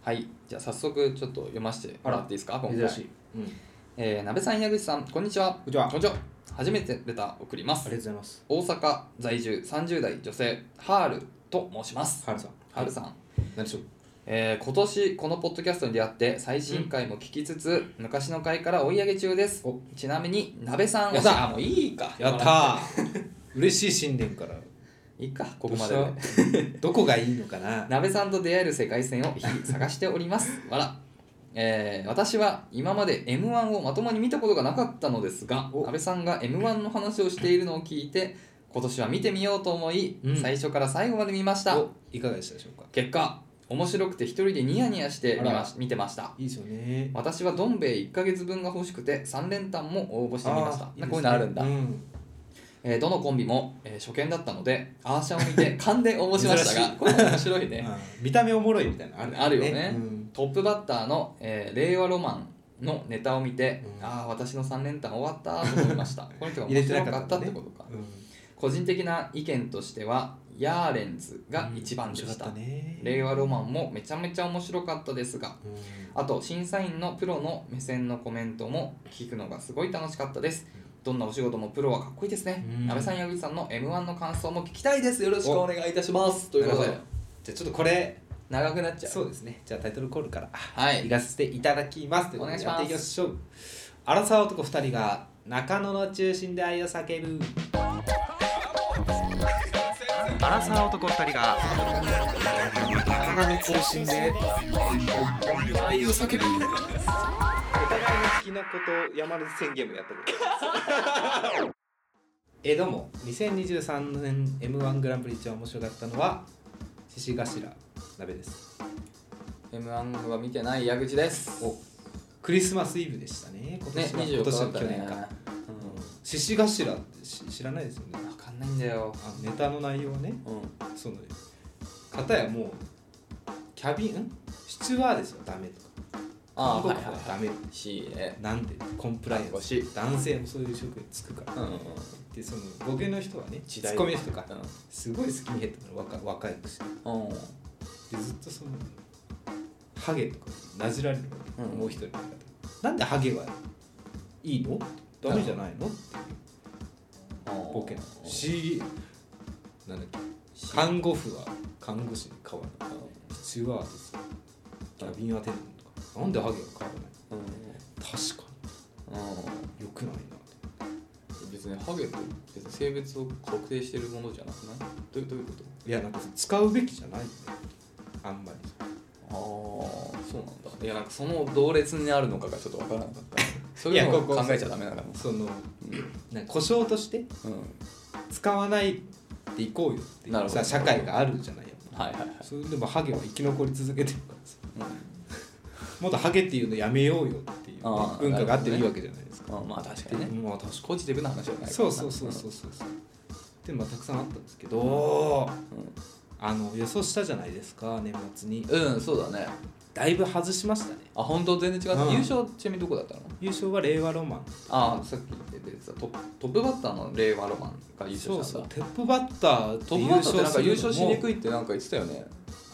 はい、じゃあ早速ちょっと読ませてもらっていいですか。今回珍しい。 なべさん、矢口さん、こんにちは。 こんにちは。 こんにちは。初めてレター送ります。 ありがとうございます。 大阪在住30代女性ハールと申します。 ハルさん。 ハルさん、 何でしょう。 今年このポッドキャストに出会って最新回も聞きつつ、昔の回から追い上げ中です。ちなみになべさんやったもういいか。 やったー嬉しい新年から。 いいか、ここまでで。 どこがいいのかな。 なべさんと出会える世界線を日々探しております。わら。私は今まで M1 をまともに見たことがなかったのですが、なべさんが M1 の話をしているのを聞いて今年は見てみようと思い、最初から最後まで見ました。 いかがでしたでしょうか。 結果面白くて一人でニヤニヤして見てました。 いいですよね。 私はどん兵衛1ヶ月分が欲しくて3連単も応募してみました。 いいですね。 こういうのあるんだ。どのコンビも、初見だったのでアーシャを見て勘で応募しましたがこれ面白いね。 見た目おもろいみたいなのあるよね。トップバッターの、令和ロマンのネタを見て、私の3連単終わったと思いました。この人が面白かったってことか。個人的な意見としてはヤーレンズが一番でした。令和ロマンもめちゃめちゃ面白かったですが、あと審査員のプロの目線のコメントも聞くのがすごい楽しかったです。どんなお仕事もプロはかっこいいですね。なべさん、矢口さんの M1 の感想も聞きたいです。よろしくお願いいたします。ということで、 じゃあちょっとこれ長くなっちゃう。 そうですね。じゃあタイトルコールから行かせていただきます。 お願いします。 やっていきましょう。アラサー男2人が中野の中心で愛を叫ぶ。アラサー男2人が中野の中心で愛を叫ぶ。お互いの好きなことを山根宣言もやったことどうも2023年 M1 グランプリ一番面白かったのは獅子頭なべです。 M1 は見てない矢口です。 クリスマスイブでしたね。今年は 24日だったね。 去年か。獅子頭って知らないですよね。 分かんないんだよ。 ネタの内容はね、その方やもうキャビンスチュワーデスはダメとか韓国はダメなんでコンプライアンス男性もそういう職に就くから、でそのボケの人はねツッコミの人がすごいスキンヘッドの若いくしてでずっとそのハゲとかなじられるの、もう一人の方なんでハゲはいいのダメじゃないのっていうボケの不思議なんだっけ。看護婦は看護師に変わるのかスチュワーデスキャビンアテンダントとかなんでハゲが変わらない、確かによくないな。 別にハゲって別に性別を特定してるものじゃなくない？どういうこと？ いやなんか使うべきじゃないねあんまり。 そうなんだ。いやなんかその同列にあるのかがちょっと分からなかった。そういうのを考えちゃダメなのかな。 そのなんか故障として使わないでいこうよっていうさ社会があるじゃないよ。それでもハゲは生き残り続けてるからさ、もっとハゲっていうのやめようよっていう文化があっていいわけじゃないですか。 まあ確かにね。ポジティブな話じゃないから。 そうでもたくさんあったんですけど、予想したじゃないですか年末に。 そうだね。 だいぶ外しましたね。 本当全然違った。優勝ちなみにどこだったの？優勝は令和ロマン。 さっき出てたトップバッターの令和ロマンが優勝したんだ。 トップバッターってなんか優勝しにくいってなんか言ってたよね。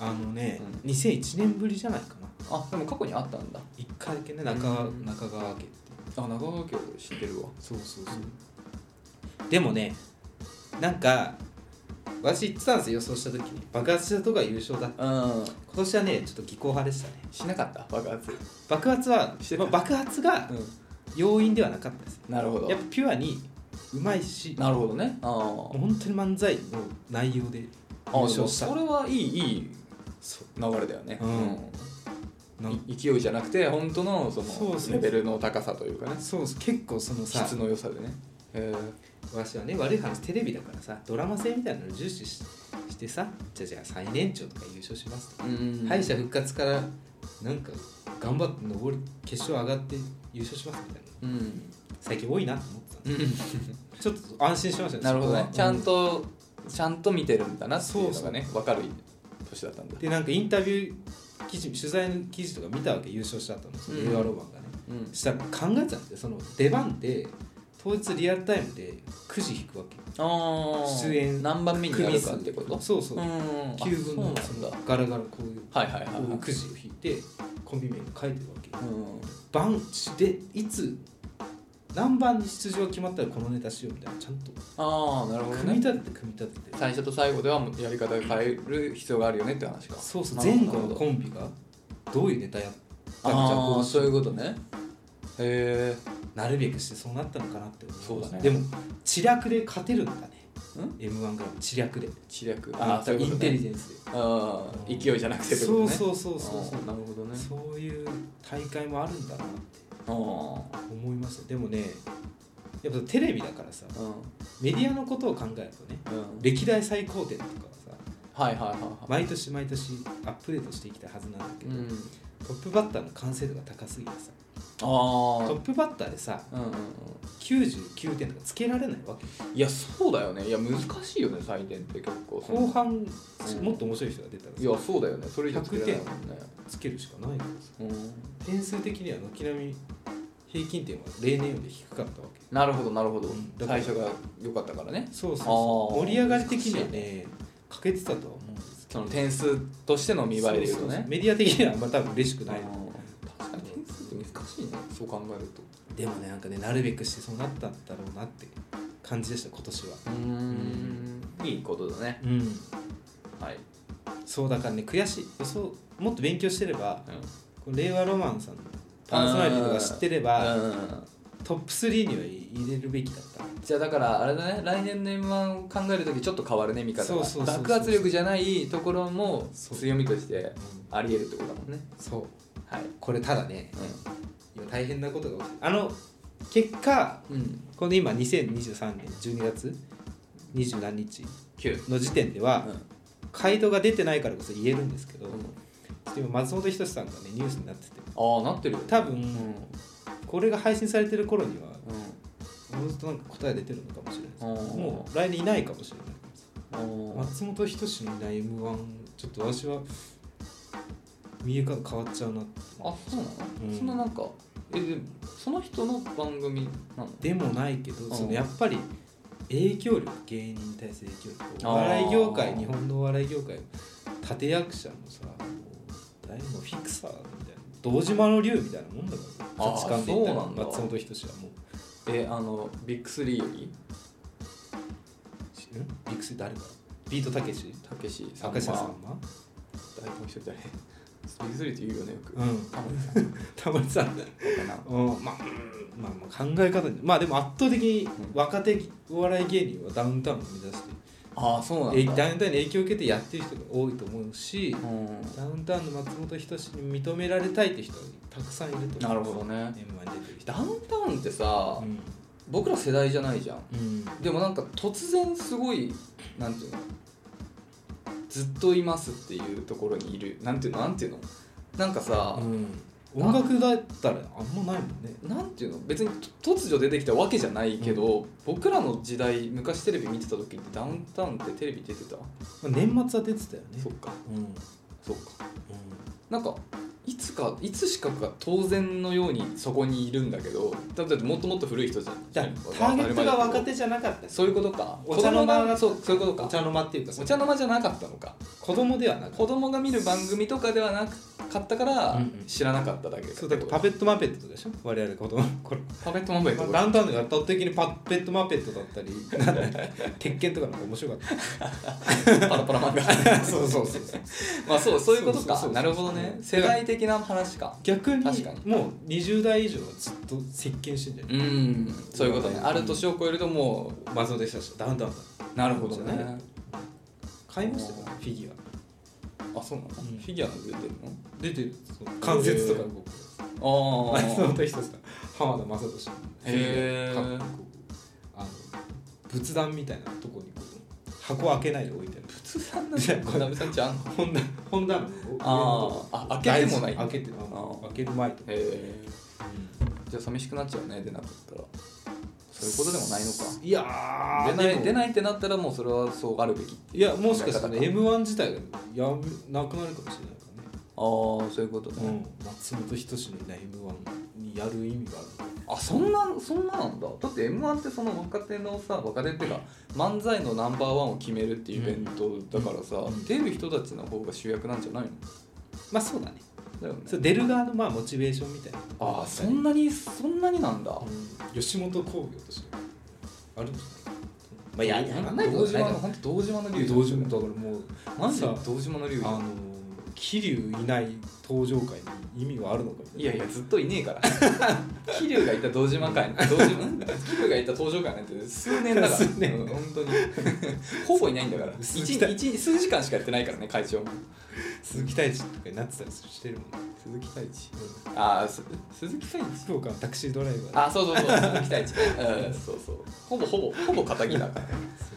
2001年ぶりじゃないかな。 でも過去にあったんだ。 1回だけね。中川家っていう。 中川家を知ってるわ。 そうでもねなんか私言ってたんですよ。予想した時に爆発したとこが優勝だって。今年はねちょっと技巧派でしたね。 しなかった爆発は爆発が要因ではなかったです。 なるほど。 やっぱピュアにうまいし。 なるほどね。 本当に漫才の内容で優勝した。 それはいい流れだよね。勢いじゃなくて本当のそのレベルの高さというかね。 結構そのさ質の良さでね。 私はね悪い話テレビだからさドラマ性みたいなのを重視してさじゃあ最年長とか優勝しますとか敗者復活からなんか頑張って決勝上がって優勝しますみたいな、最近多いなと思ってたんですちょっと安心しましたね。 なるほどね。ちゃんと見てるんだなっていうのがね分かる年だったんだ。 でなんかインタビュー記事取材の記事とか見たわけ。優勝した後の令和ロマンがね、したら考えてたんですよ。その出番で当日リアルタイムでくじ引くわけ。 出演何番目にやるかってこと？ そうそう、9分のガラガラこういうくじを引いてコンビ名が書いてるわけ、番でいつ何番に出場が決まったらこのネタしようみたいなちゃんとなるほど、ね、 組み立てて最初と最後ではやり方を変える必要があるよねって話か。 そうそう、前後のコンビがどういうネタやったのか、そういうことね。へえ、 なるべくしてそうなったのかなって思う。そうだね。 でも知略で勝てるんだね。M1 グランプリ知略で。 知略。 そういうことね、インテリジェンスで。勢いじゃなくてってことね。 そう。 なるほどね。 そういう大会もあるんだなって思いました。でもね、やっぱテレビだからさ、メディアのことを考えるとね、歴代最高点とかはさ、毎年アップデートしていきたいはずなんだけど、トップバッターの完成度が高すぎてさ、トップバッターでさ、99点とかつけられないわけ。 いや、そうだよね。いや、難しいよね、採点って結構。 後半、もっと面白い人が出たらさ、 いや、そうだよね。それ以上 100点つけるしかないからさ、点数的には軒並み平均点は例年より低かったわけ。 なるほど、最初が良かったからね。 そう盛り上がり的にはね、欠けてたとは思うんですけど、 その点数としての見栄えでいうとね、 メディア的にはあんま多分嬉しくない。 確かに点数って難しいね、そう考えると。 でもね、なんかね、なるべくしてそうなったんだろうなって感じでした、今年は。 いいことだね。はい。 そうだからね、悔しい。もっと勉強してれば、令和ロマンさんのパーソナリティとか知ってれば、トップ3には入れるべきだった。 じゃあだからあれだね、来年の M1 を考えるときちょっと変わるね、見方が。爆発力じゃないところも強みとしてあり得るってことだもんね。 そう。 はい。 これただね、今大変なことが起きて、結果、この今2023年12月20何日の時点では、回答が出てないからこそ言えるんですけど、今松本人志さんがねニュースになってて、 なってるよ。 多分、これが配信されてる頃には、もうずっとなんか答え出てるのかもしれないです。もう来年いないかもしれない。松本人志のいない M1、ちょっと私は見え方変わっちゃうなって。 そうなの？そんななんかでもその人の番組なの？ でもないけど、やっぱり影響力、芸人に対する影響力、お笑い業界、日本のお笑い業界立役者のさ、誰もフィクサーみたいな、堂島の龍みたいなもんだからさ、価値観で言ったら松本人志はもうビッグ3よりビッグ3誰か、ビートたけし、 明石さんま、誰も一人誰、ビッグ3って言うよね、よく。 たまにさ、まあ考え方に、まあでも圧倒的に若手お笑い芸人はダウンタウンを目指して、 そうなんだ。 ダウンタウンに影響を受けてやってる人が多いと思うし、ダウンタウンの松本人志に認められたいって人がたくさんいると思う。 なるほどね。 M1 に出てる人。 ダウンタウンってさ、僕ら世代じゃないじゃん。でもなんか突然すごい、なんていうの、ずっといますっていうところにいる、なんていうのなんかさ、 音楽だったらあんまないもんね。 なんていうの、別に突如出てきたわけじゃないけど、僕らの時代、昔テレビ見てた時ってダウンタウンってテレビ出てた？ 年末は出てたよね。 そっか、なんかいつしかが当然のようにそこにいるんだけど、だってもっともっと古い人じゃん。 ターゲットが若手じゃなかった。 そういうことか。 お茶の間がそういうことか。 お茶の間っていうか、 お茶の間じゃなかったのか。 子供ではなかった。 子供が見る番組とかではなかったから知らなかっただけ。 そうだからパペットマペットとかでしょ。我々子供の頃。 パペットマペット。 ダウンタウンで圧倒的にパペットマペットだったり、鉄拳とかなんか面白かった。 パラパラ漫画。 そう。 まあそういうことか。なるほどね。世代的な話か。 逆にもう20代以上はずっと席巻してんじゃん。 そういうことね。ある年を超えるともう松本人志ダウンタウンだ。 なるほどね。 買いましたよフィギュア。 そうなの？フィギュアなんて出てるの？ 出てる。関節とか動く。松本人志さん、浜田雅俊。仏壇みたいなとこに箱開けないで置いてる。 仏壇なんて小鍋さんちあんの？ 本棚の開けてもない。 開ける前とか。 じゃあ寂しくなっちゃうね、出なかったら。そういうことでもないのか。 いや出ないってなったらもうそれはそうあるべき。 いや、もしかしたら M1 自体がなくなるかもしれないからね。 そういうことね。 松本人志のいない M1 にやる意味がある。 そんななんだ。だって M1 ってその若手っていうか漫才のナンバーワンを決めるっていうイベントだからさ、出る人たちの方が主役なんじゃないの？ まあそうだね。 だよね。 それ出る側のまあモチベーションみたいな。 そんなになんだ。 吉本興業としてあるんじゃない？まあやらないとね。本当堂島の龍。 堂島だからもうマジ堂島の龍。 桐生いない登場会に意味はあるのかみたいな。 いやずっといねえから桐生がいた堂島会桐生がいた登場会なんて数年だから本当にほぼいないんだから数時間しかやってないからね。会長も鈴木太一とかになってたりしてるもん。 鈴木太一、鈴木太一福岡のタクシードライバー。 そう鈴木太一そうほぼ仇だから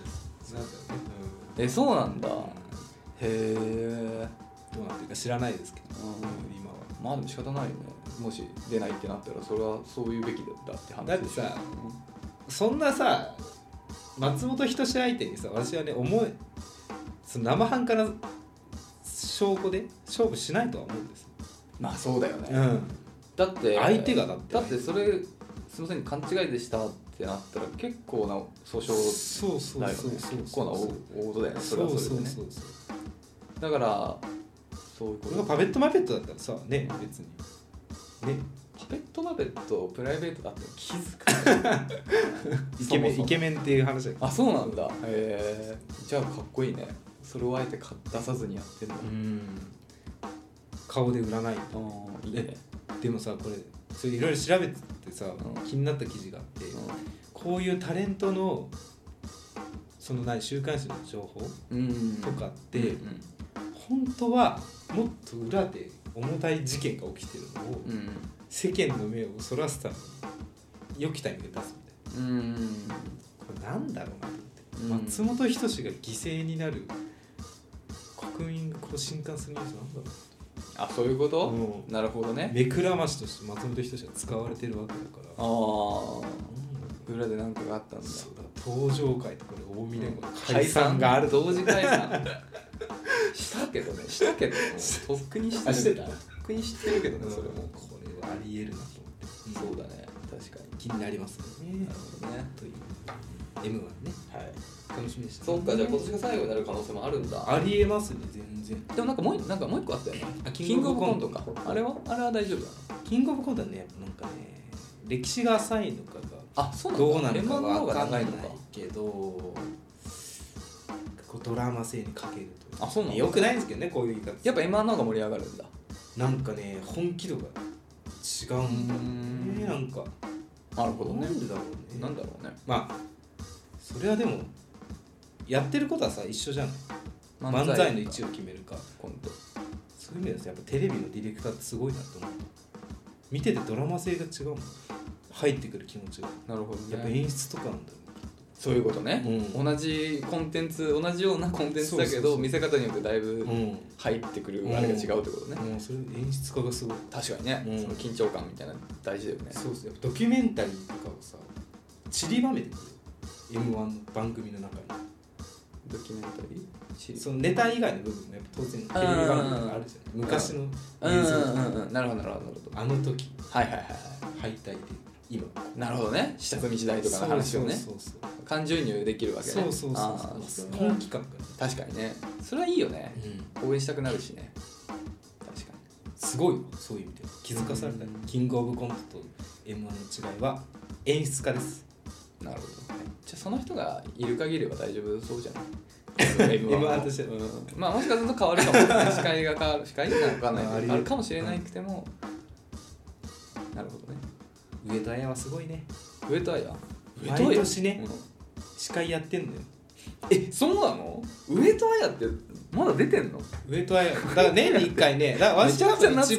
そうなんだ。へえ。 どうなってるか知らないですけど、今は。 まあでも仕方ないよね。もし出ないってなったらそれはそういうべきだって話だってさ、そんなさ松本人志相手にさ、私はねその生半可な証拠で勝負しないとは思うんですよ。 まあそうだよね、 だって相手がだってそれすみません勘違いでしたってなったら結構な訴訟だよね。結構な大事だよね。それはそれでね。だからそういうこと。 これがパペットマペットだったらさね、別にね、 パペットマペットプライベートだって気づかないイケメンっていう話だけど。 そうなんだ。じゃあかっこいいね。それをあえて出さずにやってんだ。 顔で売らない。 いいね。 でもさ、これそれいろいろ調べててさ、気になった記事があって、こういうタレントのその週刊誌の情報とかって、本当はもっと裏で重たい事件が起きてるのを、世間の目をそらすために良きタイミングで出すみたいな。これなんだろうなと思って、松本人志が犠牲になる国民がこう震撼するニュースなんだろう。 そういうこと、なるほどね。 目くらましとして松本人志が使われてるわけだから。 裏で何かがあったんだ。 そうだ、登場会とかで大峰の解散がある。同時解散したけどとっくにしてた。とっくに知ってるけどね。それもこれはありえるなと思って。そうだね、確かに気になりますね。 なるほどね。 という M1 ね。楽しみでした。 そうか、じゃあ今年が最後になる可能性もあるんだ。 ありえますね、全然。 でもなんかもう一個あったよね。キングオブコントか。あれは大丈夫だ。 キングオブコントはね、なんかね、歴史が浅いのかがそうどうなのかは分かんないけど、ドラマ性に欠けると。 そうなの。 よくないんですけどね、こういう言い方。 やっぱ M1 の方が盛り上がるんだ。 なんかね、本気度が違うんだよね。なんか。 なるほどね。 なんでだろうね。 なんだろうね。 まあそれはでもやってることはさ一緒じゃない。漫才の位置を決めるかコント。そういう意味ではやっぱテレビのディレクターってすごいなと思う。見ててドラマ性が違うもん。入ってくる気持ちが。 なるほどね。 やっぱ演出とかなんだろう。 そういうことね。同じコンテンツ、同じようなコンテンツだけど見せ方によってだいぶ入ってくるあれが違うってことね。 それ演出家がすごい。 確かにね。その緊張感みたいな大事だよね。 そうですね。ドキュメンタリーとかをさ散りばめてくる。M1 の番組の中にドキュメンタリー、 そのネタ以外の部分もやっぱ当然テレビ番組があるじゃない。昔の映像。 なるほど。 あの時敗退で今。 なるほどね。下積み時代とかの話をね。感情移入できるわけね。 そう本気感が。確かにね。それはいいよね。応援したくなるしね。確かに。 すごいよ、そういう意味で気づかされた。キングオブコントと M1 の違いは演出家です。 なるほど。じゃあその人がいる限りは大丈夫そうじゃない ？M1 として、 まあもしかすると変わるかもしれない。司会が変わる、司会なのか分かんないけどあるかもしれなくても、なるほどね。 上戸彩はすごいね。 上戸彩毎年ね、司会やってんのよ。 そうなの？上戸彩ってまだ出てんの？ 上戸彩だから年に1回ね。だから私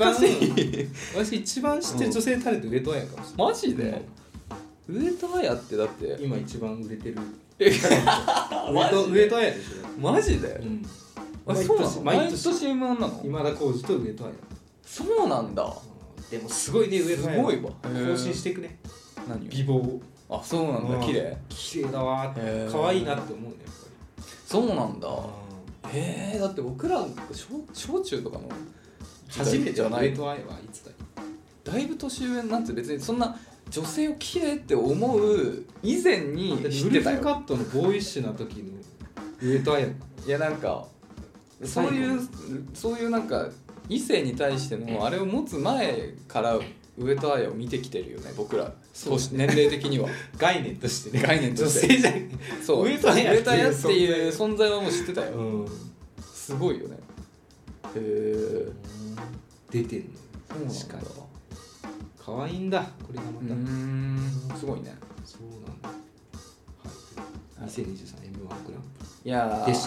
一番知ってる女性タレント上戸彩かもしれない。 マジで？上戸彩ってだって今一番売れてる上戸彩でしょ。 マジで？そうなの？毎年 M1 なの？ 今田耕司と上戸彩。 そうなんだ。 でもすごいね、上戸彩。 すごいわ。 更新していくね。 何？ 美貌。 そうなんだ。綺麗だわ。可愛いなって思うね、やっぱり。 そうなんだ。だって僕ら小中とかの初めてじゃない。上戸彩はいつだ？ だいぶ年上なんて別にそんな女性を綺麗って思う以前に知ってたよ。 ウルフカットのボーイッシュな時の上戸彩。 いやなんかそういうなんか異性に対してのあれを持つ前から上戸彩を見てきてるよね僕ら。そう年齢的には概念としてね。 概念として。 女性じゃん。 そう上戸彩っていう存在はもう知ってたよ。 うん、 すごいよね。へえ。 出てんの。 そうなんだ。 可愛いんだこれがまた。 すごいね。 そうなんだ。はい。2023 M1 グランプリ。いやでした。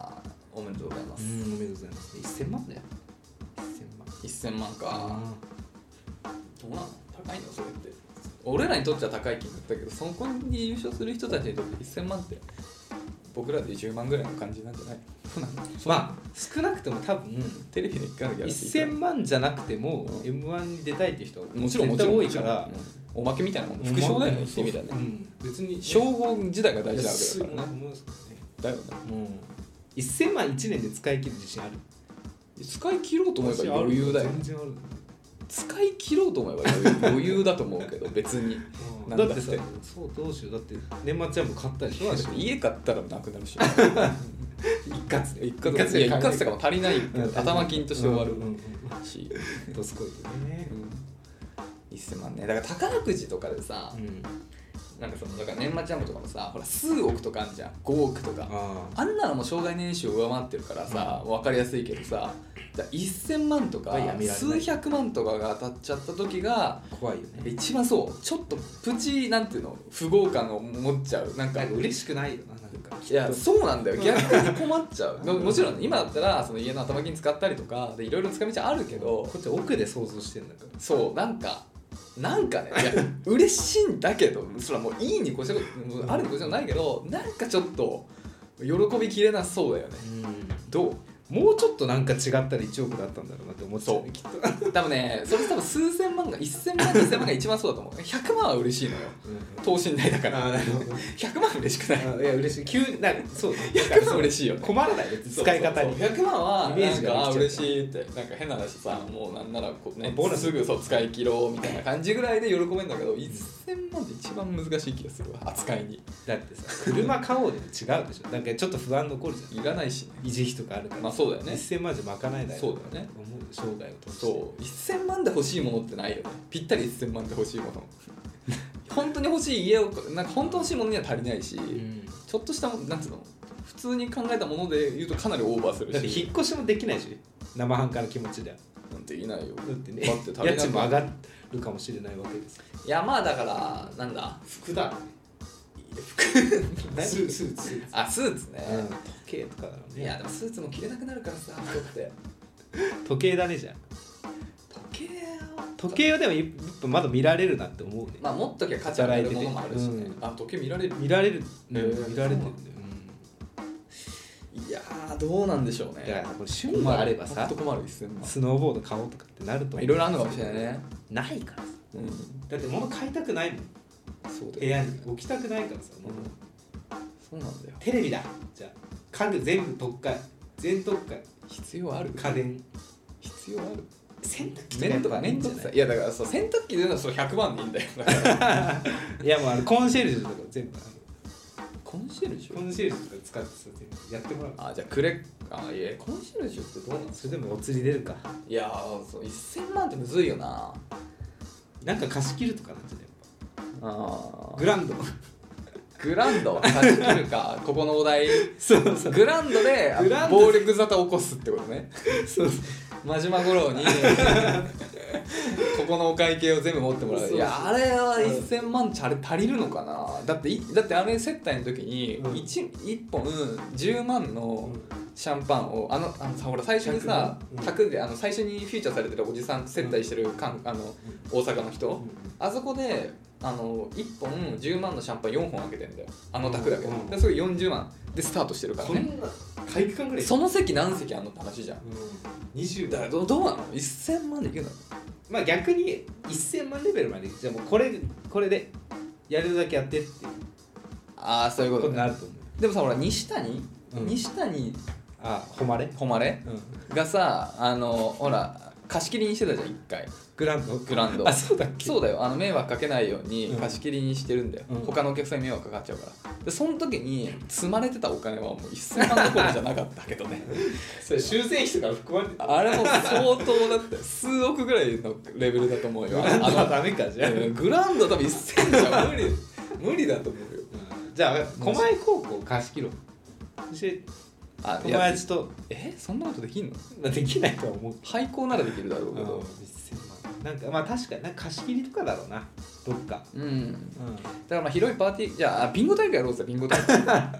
おめでとうございます。 おめでとうございます。1000万だよ。 1000万か。どうなの？高いのそれって。俺らにとっては高い金額だけど、そこに優勝する人たちにとって1000万って僕らで10万ぐらいの感じなんじゃない？ まあ少なくとも多分テレビの1回のギャラ 1000万じゃなくても M1 に出たいっていう人はもちろん多いから、おまけみたいなもん、副賞だよね、言ってみたいな。別に称号時代が大事なわけだからね。だよね。 1000万1年で使い切る自信ある？ 使い切ろうと思えば余裕だよ。全然ある。使い切ろうと思えば余裕だと思うけど別に。 だってさ、そうどうしよう。だって年末ジャンボ買ったりしょ。 家買ったらなくなるし。 一括とかも足りないけど頭金として終わるし。 どすこいよね。 1000万ね。だから宝くじとかでさ、なんかだから年末ジャンボとかもさ、ほら数億とかあるじゃん。5億とか。あんなのも生涯年収を上回ってるからさ、分かりやすいけどさ。1000万とか数百万とかが当たっちゃった時が怖いよね。 一番そうちょっとプチなんていうの不合感を持っちゃう。なんか嬉しくないよな。なんかいやそうなんだよ。逆に困っちゃう。もちろん今だったらその家の頭金使ったりとかでいろいろ使い道あるけど、 こっち奥で想像してんだから。 そうなんかね、いや嬉しいんだけど、それはもういいに越したことあるに越したことないけど、なんかちょっと喜びきれなそうだよね。どう？ もうちょっとなんか違ったら1億だったんだろうなって思っちゃうね、きっと。 多分ね、それ多分数千万が1000万2000万が一番そうだと思う。100万は嬉しいのよ、等身大だから。100万嬉しくない？ いや嬉しい。急になんかそうね。 100万嬉しいよね。 困らないよ使い方に。 100万はイメージが嬉しいって、なんか変な話さ、もうなんならこうね、すぐそう使い切ろうみたいな感じぐらいで喜べるんだけど、1000万って一番難しい気がするわ、扱いに。 だってさ、車買おうでも違うでしょ。なんかちょっと不安残るじゃん。 いらないしね。 維持費とかあるから。 まあそうだよね。 1000万じゃ賄えない。 そうだよね。 思う生涯を通して。 そう1000万で欲しいものってないよね。ぴったり1000万で欲しいもの。本当に欲しい家をなんか本当に欲しいものには足りないし、ちょっとしたなんつうの普通に考えたもので言うとかなりオーバーするし。 だって引っ越しもできないし、生半可な気持ちでは。 なんていないよ。 だってね。家賃も上がるかもしれないわけです。 いやまあだからなんだ服だ。スーツ。 あスーツね。 時計とかだろうね。 いやでもスーツも着れなくなるからさ、人って。 時計だねじゃん。時計はでも一分まだ見られるなって思うね。 まあ持っときゃ価値あるものもあるしね。あ時計見られる。 見られてるんだよ。 いやどうなんでしょうね。 いやこれ趣味があればさ、 困る1000万。 スノーボード買おうとかってなるといろいろあるのかもしれないね。 ないからさ。だって物買いたくないもん。そうだよ。部屋に置きたくないからさ。 そうなんだよ。 テレビだ。じゃあ家具全部特化、全特化。 必要ある？ 家電必要ある？ 洗濯機とか面倒くさい。いやだからそう洗濯機で言うのはそれ100万でいいんだよ。だからいやもうコンシェルジュとか全部コンシェルジュ？ コンシェルジュとか使ってさ全部やってもらう。 あじゃあいやコンシェルジュってどうなん？ それでもお釣り出るか。 いやそう1000万ってむずいよな。 なんか貸し切るとかなんじゃない？ あグランド貸し切るか。ここのお題そうグランドで暴力沙汰起こすってことね。 そう真島五郎にここのお会計を全部持ってもらう。いやあれは1000万あれ足りるのかな。だってあれ接待の時に 1本10万のシャンパンをさほら最初にさ宅で最初にフィーチャーされてるおじさん接待してる大阪の人、あそこで1本10万のシャンパン4本開けてんだよ、宅だけで。それ40万でスタートしてるからね。 体育館ぐらいその席何席あんのって話じゃん。 20 だからどうなの1000万でいけるの？ まあ逆に1000万レベルまでじゃあもうこれでやるだけやってっていうああそういうことになると思う。でもさほら西谷誉れ、 がさほら貸し切りにしてたじゃん1回グランドあ、そうだっけ。そうだよ、迷惑かけないように貸し切りにしてるんだよ、他のお客さんに迷惑かかっちゃうから。でその時に積まれてたお金はもう1000万どころじゃなかったけどねそれ修正費とか含まれてあれも相当だって数億ぐらいのレベルだと思うよ。 ダメかじゃあグランド多分1000じゃ無理だと思うよ。 じゃあ狛江高校貸し切ろう。そして友達とそんなことできんの？ できないとは思う。 廃校ならできるだろうけど、 なんかまあ確かに貸し切りとかだろうな、どっか。 だからまあ広いパーティー、じゃあビンゴ大会やろうぜ。ビンゴ大会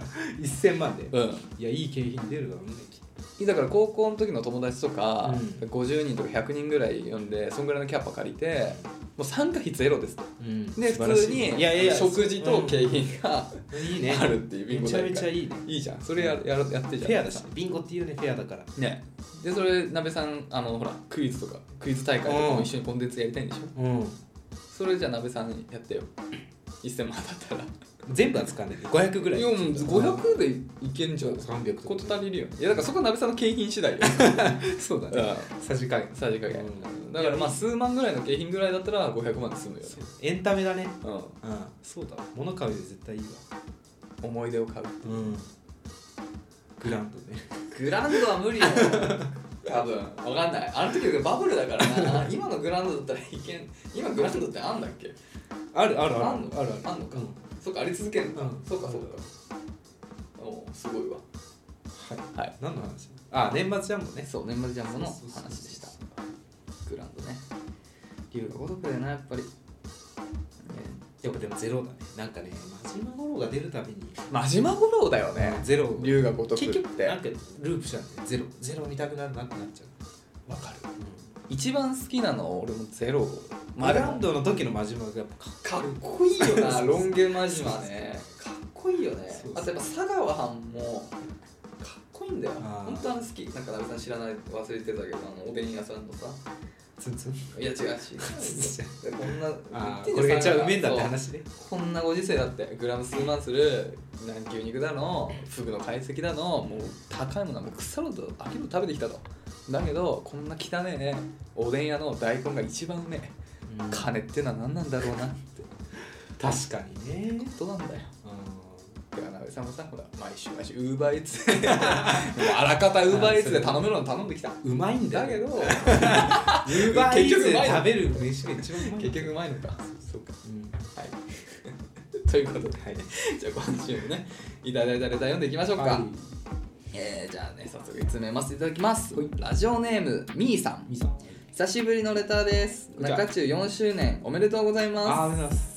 1000万で。いや、いい景品出るだろうね。 だから高校の時の友達とか、50人とか100人ぐらい呼んで、そんぐらいのキャパ借りて、もう参加費ゼロですと、で普通に食事と景品があるっていうビンゴ大会。 めちゃめちゃいいね。 いいじゃん、それやってじゃん。フェアだし、ビンゴっていうね、フェアだからね。でそれなべさんほらクイズとかクイズ大会とかも一緒にコンテンツやりたいんでしょ。それじゃあなべさんにやってよ。1000万だったら全部は使わないで500ぐらい。 いやもう500でいけんじゃん。 300とこと足りるよ。いやだからそこはなべさんの景品次第よそうだね、さじ加減だからまあ数万ぐらいの景品ぐらいだったら500万で済むよね。 エンタメだね。そうだ、物買うより絶対いいわ。 思い出を買うって。 グランドね。 グランドは無理よ多分分かんない。あの時バブルだからな今のグランドだったらいけん。今グランドってあんだっけ。 あるあんのか、そっか、あり続けるのか、そうかおすごいわ。はい、 何の話？年末ジャンボね。 そう、年末ジャンボの話でした。グランドね、龍が如くだよな、やっぱり。 やっぱでもゼロだね。なんかね、真島五郎が出るたびに真島五郎だよね。 ゼロ、 龍が如くって結局なんかループしちゃうんで、ゼロ見たくなるなってなっちゃう。 わかる。一番好きなの俺もゼロ。 グランドの時の真島がやっぱかっこいいよなロン毛真島ね。かっこいいよね。あとやっぱ佐川藩もかっこいいんだよ。本当は好き。なんかなべさん知らない忘れてたけど、おでん屋さんのさツンツン、 いや違うしこんなこれが一番うめえんだって話ね。 こんなご時世だってグラム数万する牛肉だのフグの懐石だのもう高いものはもう腐ると飽きると食べてきたと。だけどこんな汚ねおでん屋の大根が一番うめえ。金ってのは何なんだろうなって。 確かにね、 ことなんだよ。だからなべさんもさ、ほら毎週ウーバーイーツであらかたウーバーイーツで頼めるの頼んできた。 うまいんだけどウーバーイーツで食べる飯が一番うまい。 結局うまいのか。そうか、はいということで、じゃあ今週もねいただいたレター読んでいきましょうか。じゃあね早速詰めますいただきます。ラジオネームみーさん。久しぶりのレターです。中中4周年おめでとうございます。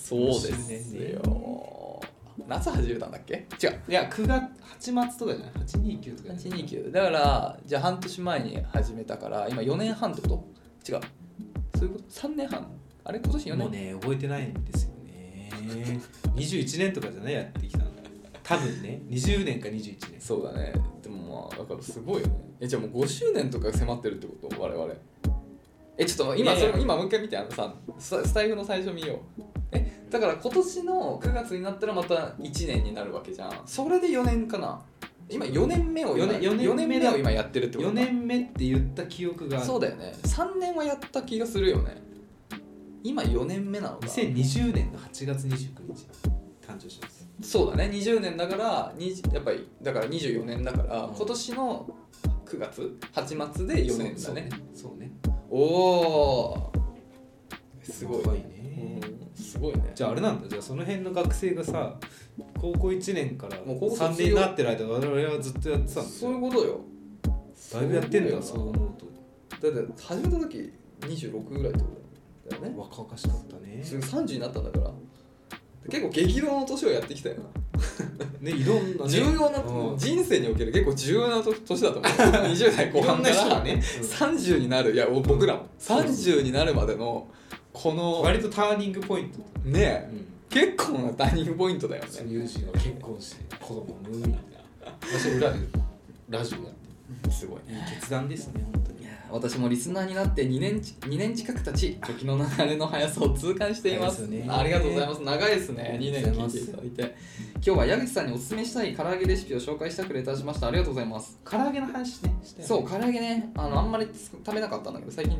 そうですよ。夏始めたんだっけ？違う。 いや9月8月とかじゃない？829とか。 829。だからじゃあ半年前に始めたから今4年半ってこと？違う。そういうこと？3年半？あれ今年4年？ もうね覚えてないんですよね。21年とかじゃないやってきたの。多分ね20年か21年。 そうだね。でもまあだからすごいよね。じゃあもう5周年とか迫ってるってこと我々。ちょっと今もう一回見てさスタイフの最初見よう。だから今年の9月になったらまた1年になるわけじゃん。それで4年かな。今4年目を今やってるってこと 4年目って言った記憶がある。 そうだよね。3年はやった気がするよね。今4年目なのか。 2020年の8月29日誕生します。 そうだね。20年だからやっぱりだから24年だから、今年の9月8月で4年だね。 そうね。 おおすごいね。 すごいね。 じゃああれなんだ。じゃあその辺の学生がさ高校1年から3年になってる間我々はずっとやってたんですよ。 そういうことよ。 だいぶやってんだ。そう思うとだって始めた時26ぐらいってことだよね。 若々しかったね。 それ30になったんだから結構激動の年をやってきたよなね、いろんな、ね、 重要な、人生における結構重要な年だと思う20代後半からね、30になる。いや僕らも30になるまでのこの割とターニングポイントね、結構なターニングポイントだよね。 友人が結婚して子供を産むみたいな私裏でラジオやってすごいいい決断ですね本当に。 私もリスナーになって2年近く経ち時の流れの速さを痛感しています。ありがとうございます。長いですね。2年聞いていただいて。今日は矢口さんにおすすめしたい唐揚げレシピを紹介したくレターしました。ありがとうございます。 唐揚げの話ねそう唐揚げねあんまり食べなかったんだけど最近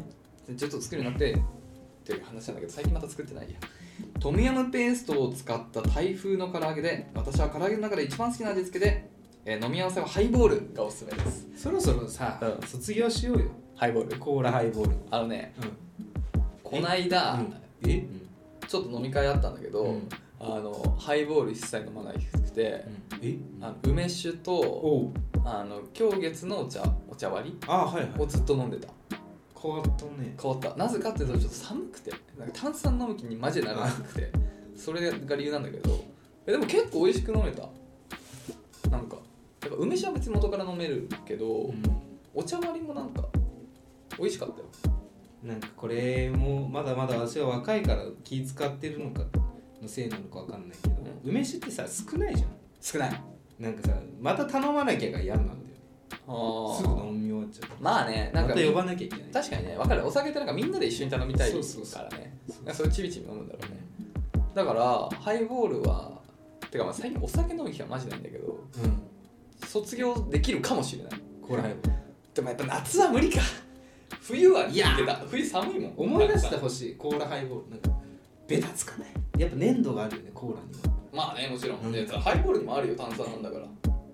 ちょっと作るようになってっていう話なんだけど、最近また作ってないや。トムヤムペーストを使ったタイ風の唐揚げで、私は唐揚げの中で一番好きな味付けで、飲み合わせはハイボールがおすすめです。 そろそろさ、卒業しようよ。 ハイボール、 コーラハイボール。 こないだちょっと飲み会あったんだけど、ハイボール一切飲まないくて、梅酒と狂月のお茶割りをずっと飲んでた。 変わったね。 変わった。なぜかっていうとちょっと寒くて、なんか炭酸飲む気にマジでならなくてそれが理由なんだけど、でも結構美味しく飲めた。なんかやっぱ梅酒は別に元から飲めるけど、お茶割りもなんか美味しかったよ。 なんかこれもまだまだ私は若いから気使ってるのかのせいなのか分かんないけど、梅酒ってさ少ないじゃん。 少ない。 なんかさまた頼まなきゃが嫌なんだよ。すぐ飲み終わっちゃう。 まあね、なんかまた呼ばなきゃいけない。 確かにね、分かる。お酒ってなんかみんなで一緒に頼みたいからね。それちびちび飲むんだろうね。だからハイボールはてかまあ最近お酒飲む気はマジないんだけど、卒業できるかもしれない。 コーラハイボール。 でもやっぱ夏は無理か。冬はいいけど、冬寒いもん。 思い出してほしい。コーラハイボールなんかベタつかない。やっぱ粘度があるよね、コーラには。 まあね、もちろん。ハイボールにもあるよ、炭酸なんだから。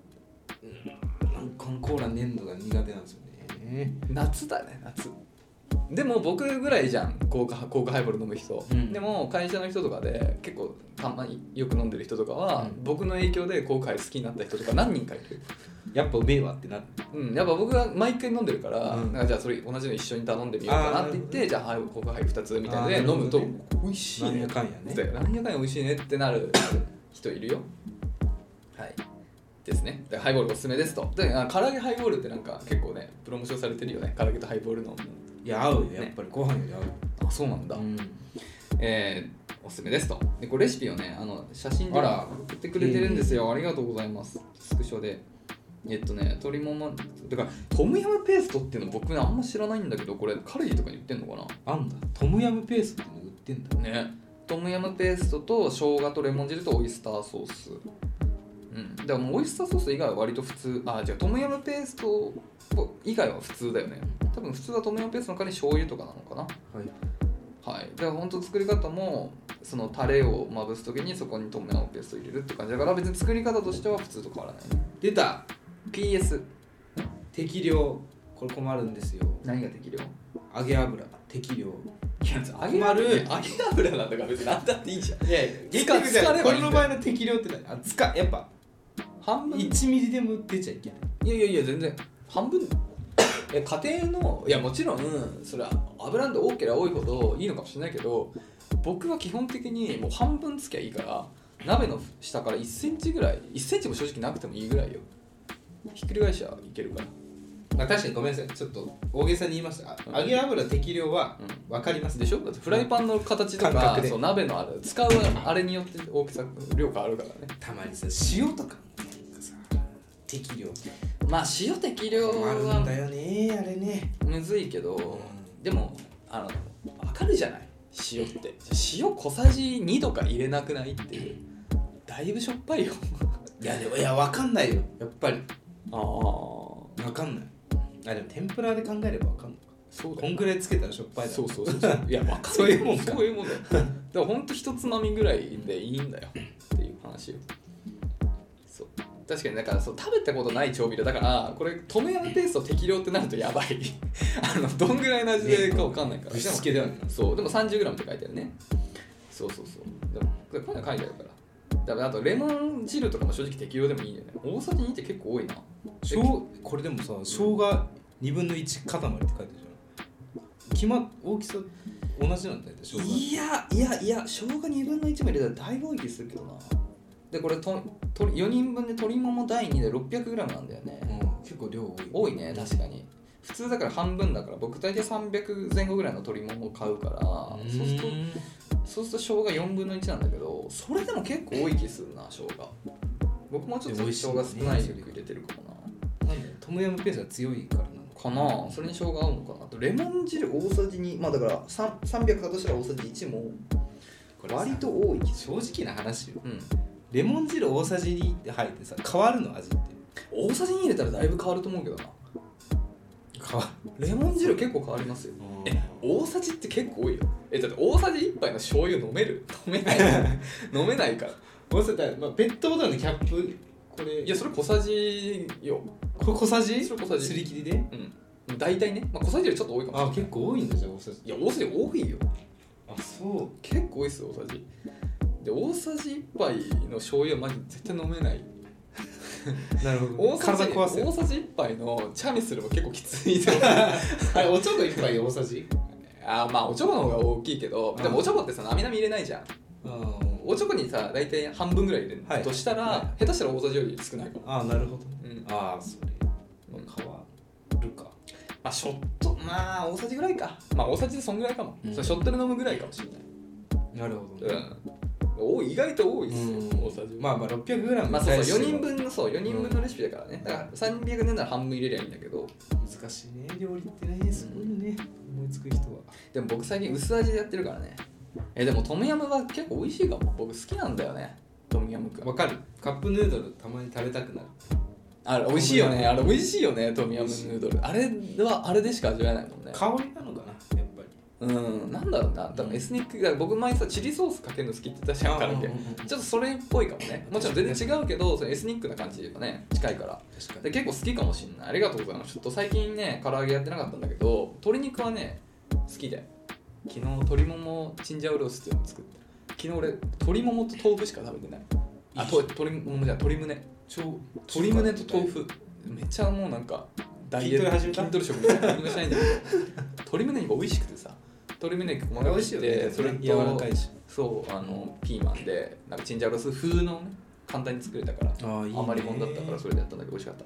このコーラ粘度が苦手なんですよね。 夏だね、夏。でも僕ぐらいじゃん、コークハイボール飲む人、でも会社の人とかで結構たまによく飲んでる人とかは、僕の影響でコークハイ好きになった人とか何人かいる。 やっぱうめえわってなる。 やっぱ僕が毎回飲んでるから、なんかじゃあそれ同じの一緒に頼んでみようかなって言って、じゃあコークハイ2つみたいなで飲むと美味しいね。 何やかんやね。 何やかんや美味しいねってなる人いるよ。はいですね。ハイボールおすすめですと。で唐揚げハイボールってなんか結構ねプロモーションされてるよね。唐揚げとハイボールの。 いや合うよ、やっぱりご飯より合う。 あ、そうなんだ。おすすめですと。でこれレシピをね写真で送ってくれてるんですよ。ありがとうございます。スクショで。鶏ももだからトムヤムペーストっていうの僕ねあんま知らないんだけど、これカルディとかに売ってんのかな。 あんだ、トムヤムペーストっての売ってんだね。トムヤムペーストと生姜とレモン汁とオイスターソース。だからもうオイスターソース以外は割と普通。じゃあトムヤムペースト以外は普通だよね。多分普通はトムヤムペーストの中に醤油とかなのかな。はい。だから本当作り方もそのタレをまぶす時にそこにトムヤムペーストを入れるって感じだから、別に作り方としては普通と変わらないね。 出た PS 適量。これ困るんですよ。 何が適量？ 揚げ油適量。 いや揚げ油なんだから別に何だっていいじゃん。 いや結局じゃあこれの場合の適量って何？やっぱ半分 1ミリでも出ちゃいけない。 いや全然半分。家庭のもちろんそれは油で多ければ多いほどいいのかもしれないけど、僕は基本的にもう半分つきゃいいから、鍋の下から1センチぐらい、1センチも正直なくてもいいぐらいよ。ひっくり返しはいけるから。 確かにごめんなさい、ちょっと大げさに言いました。揚げ油適量は分かりますでしょ。だってフライパンの形とか、そう鍋の使うあれによって大きさ量変わるからね。 たまにさ塩とか適量、 まあ塩適量はあるんだよね、あれね。 むずいけど、でも分かるじゃない、塩って塩小さじ2とか入れなくないっていう。だいぶしょっぱいよ。 いやでも分かんないよ、やっぱり。分かんない。でも天ぷらで考えれば分かんない。そうだ、こんぐらいつけたらしょっぱいだ。 そういや分かんない。そういうもんだよ。だからほんと一つまみぐらいでいいんだよっていう話よ。そう確かに、だから食べたことない調味料だから、これトムヤムペースト適量ってなるとやばい。どんぐらいの味でか分かんないから。 ぶしつけだよね。 そうでも 30g って書いてあるね。そうでもこういうの書いてあるから。だからあとレモン汁とかも正直適量でもいいんだよね。大さじ2って結構多いな。 これでもさ、生姜2分の1塊って書いてあるじゃん。大きさ同じなんだよね、生姜。 いや生姜2分の1も入れたらだいぶ多い気するけどな。でこれ4人分で鶏もも第2で 600g なんだよね。 結構量多いね。確かに普通だから半分だから、僕大体300前後ぐらいの鶏ももを買うから、そうすると生姜4分の1なんだけど、それでも結構多い気するな、生姜。僕もちょっと生姜少ないより入れてるかもな。 なんでトムヤムペーストが強いからなのかな。それに生姜合うのかな。あとレモン汁大さじ2、だから300だとしたら大さじ1も割と多い気する。 正直な話よ、レモン汁大さじ2って入ってさ、変わるの味って。 大さじ2入れたらだいぶ変わると思うけどな。レモン汁結構変わりますよ。 大さじって結構多いよ。だって大さじ1杯の醤油飲める？飲めない飲めないから。 大さじ、まあ、ペットボトルのキャップこれ、 いやそれ小さじよ。 これ小さじ？ それ小さじ。 すり切りで？ うん。大体ね。まあ小さじよりちょっと多いかもしれない。 結構多いんだじゃあ大さじ。 いや大さじ多いよ。 そう。 結構多いっすよ大さじ。で大さじ1杯の醤油はマジ絶対飲めない。 なるほど。体壊すよ。 大さじ1杯のチャミスルも結構きつい。 あれおちょこ1杯で大さじ？ まあおちょこの方が大きいけど、でもおちょこってさなみなみ入れないじゃん。おちょこにさ大体半分ぐらい入れる、としたら、下手したら大さじより少ないかも。 なるほど、それ変わるか。 まあショット、まあ大さじぐらいか。まあ大さじでそんぐらいかも、ショットで飲むぐらいかもしれない。なるほどね。 意外と多いですよ、大さじ。 まあ 600g。 まあそう4人分の4人分のレシピだからね。だから300年なら半分入れりゃいいんだけど。 難しいね料理ってね。すごいよね、思いつく人は。 でも僕最近薄味でやってるからね。でもトムヤムは結構美味しいかも。僕好きなんだよね、トムヤムくん。 わかる。カップヌードルたまに食べたくなる。 あれ美味しいよね。あれ美味しいよね、トムヤムヌードル。あれはあれでしか味わえないもんね。 香りなのかなやっぱり。 なんだろうな、多分エスニックが、僕前さチリソースかけるの好きって言ったじゃん、からちょっとそれっぽいかもね。もちろん全然違うけど、それエスニックな感じがね近いから。で結構好きかもしんない。ありがとうございます。ちょっと最近ね唐揚げやってなかったんだけど、鶏肉はね好きで、昨日鶏ももチンジャオロースっていうのを作って、昨日俺鶏ももと豆腐しか食べてない。鶏ももじゃ鶏胸、鶏胸と豆腐、めっちゃもうなんかダイエット筋トレ食みたいな何もしないんだけど鶏胸肉美味しくてさ、鶏胸肉細かくして、それと柔らかいし、 そうピーマンでなんかチンジャオロース風のね簡単に作れたから、余りもんだったからそれでやったんだけど美味しかった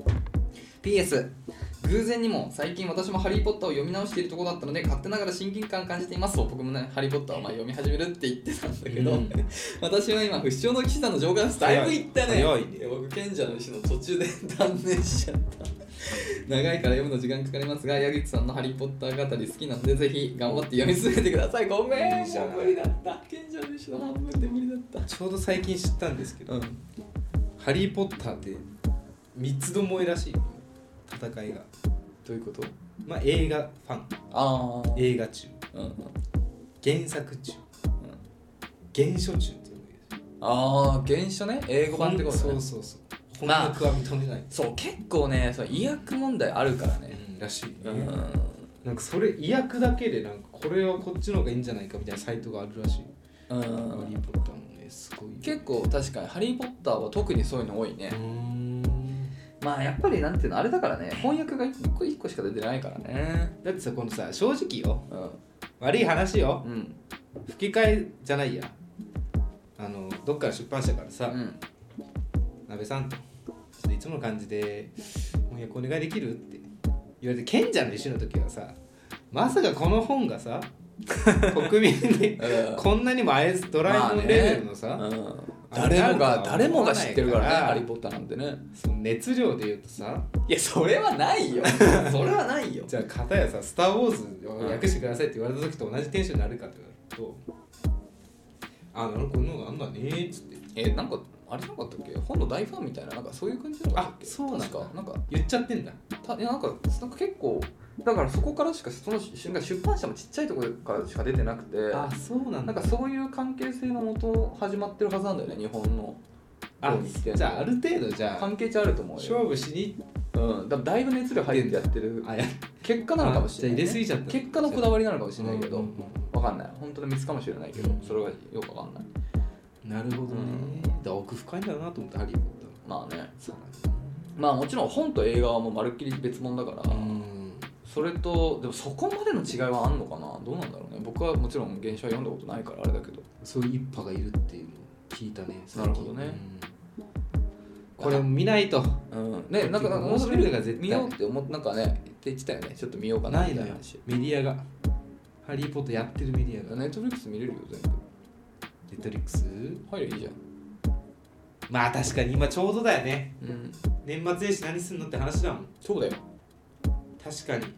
。PS、偶然にも最近私もハリーポッターを読み直しているところだったので勝手ながら親近感を感じています。僕もねハリーポッターを読み始めるって言ってたんだけど、私は今不死鳥の騎士団の上巻数だいぶいったね。僕賢者の石の途中で断念しちゃった長いから読むの時間かかりますが、矢口さんのハリーポッター語り好きなんでぜひ頑張って読み進めてください。ごめん、もう無理だった。賢者の石の半分で無理だった。 ちょうど最近知ったんですけど、ハリーポッターって三つどもえらしい。戦いがどういうこと？ まあ映画ファン、映画中、原作中、原書中っていうのがいいです。原書ね、英語版ってことね。 そう翻訳は認めない。 そう結構ね、意訳問題あるからね。 らしいね。なんかそれ意訳だけでなんかこれはこっちの方がいいんじゃないかみたいなサイトがあるらしい。ハリーポッターもねすごい。 結構確かにハリーポッターは特にそういうの多いね。まあやっぱりなんていうのあれだからね、翻訳が1個しか出てないからね。 だってさ、このさ正直よ、悪い話よ、吹き替えじゃないや、どっかの出版社からさ、なべさんといつもの感じで翻訳お願いできるって言われて、賢者の石の時はさ、まさかこの本がさ国民でこんなにもあえずドラえもんレベルのさ、 誰もが知ってるからね、ハリーポッターなんてね。 その熱量で言うとさ、 いやそれはないよそれはないよ。 じゃあ片やさ、スターウォーズを訳してくださいって言われた時と同じテンションになるかって言うと、こんなのがあんだねーっつって、 なんかあれなかったっけ、本の大ファンみたいな、なんかそういう感じだったっけ。 そうなんか、 なんか言っちゃってんだ。 いやなんか結構だからそこからしかその出版社もちっちゃいところからしか出てなくて、 そうなんだ。 なんかそういう関係性のもと始まってるはずなんだよね、日本の。 じゃあある程度じゃあ関係値あると思うよ。 勝負しに、 だいぶ熱量入ってやってる結果なのかもしれない、ね。 入れすぎちゃった。 結果のこだわりなのかもしれないけど、わかんない。本当のミスかもしれないけど、それはよくわかんない。 なるほどね。奥深いんだろうなと思って、ハリーポッター。 まあね。まあもちろん本と映画はもうまるっきり別物だから。それとでもそこまでの違いはあんのかな、どうなんだろうね。僕はもちろん原書は読んだことないからあれだけど、 そういう一派がいるっていうのを聞いたね。 なるほどね。 これ見ないと、 ね、なんか面白いのが絶対見ようって思ってなんかねって言ってたよね。ちょっと見ようかなみたいな話。 メディアがハリーポッターやってるメディアが。 ネットフリックス見れるよ全部。 ネットフリックス入ればいいじゃん。 まあ確かに今ちょうどだよね。年末年始何すんのって話だもん。 そうだよ。 確かに。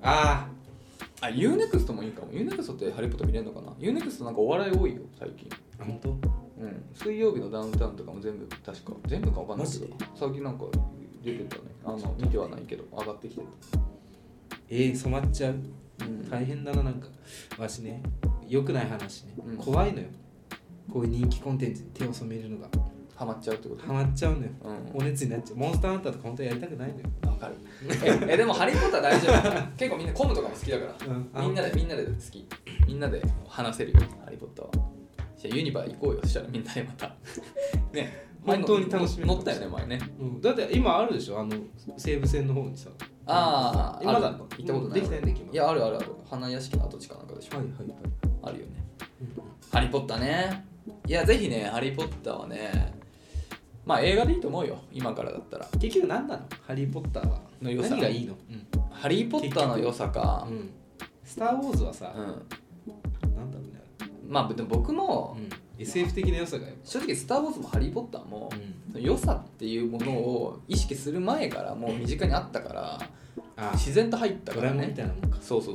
UNEXT もいいかも。UNEXT ってハリーポッター見れるのかな。UNEXT なんかお笑い多いよ最近。 本当？ 水曜日のダウンタウンとかも全部確か全部かわかんないけど、最近なんか出てたね。見てはないけど上がってきてる。 染まっちゃう。 大変だな。なんかわしね、良くない話ね、怖いのよ、こういう人気コンテンツに手を染めるのが。 ハマっちゃうってこと？ ハマっちゃうのよ、お熱になっちゃう。モンスターハンターとか本当はやりたくないのよ。 わかる。でもハリーポッター大丈夫。結構みんなコムとかも好きだから、みんなで好き、みんなで話せるよハリーポッターは。じゃあユニバー行こうよ、そしたらみんなでまたね、 本当に楽しめる。 乗ったよね前ね、 だって今あるでしょ、西武線の方にさ。 ああ、 まだ行ったことない。 できたんだっけ？ いや、ある。花屋敷の跡地かなんかでしょ。あるよね。ハリーポッターね。いや、ぜひね、ハリーポッターはね、まあ映画でいいと思うよ、今からだったら。 結局何なのハリーポッターはの良さ。 何がいいの？ ハリーポッターの良さか。 スター・ウォーズはさ、なんだろうね。 まあでも僕も、 SF 的な良さが正直スター・ウォーズもハリー・ポッターも、良さっていうものを意識する前からもう身近にあったから、自然と入ったからね。 みたいなもんか。 そう、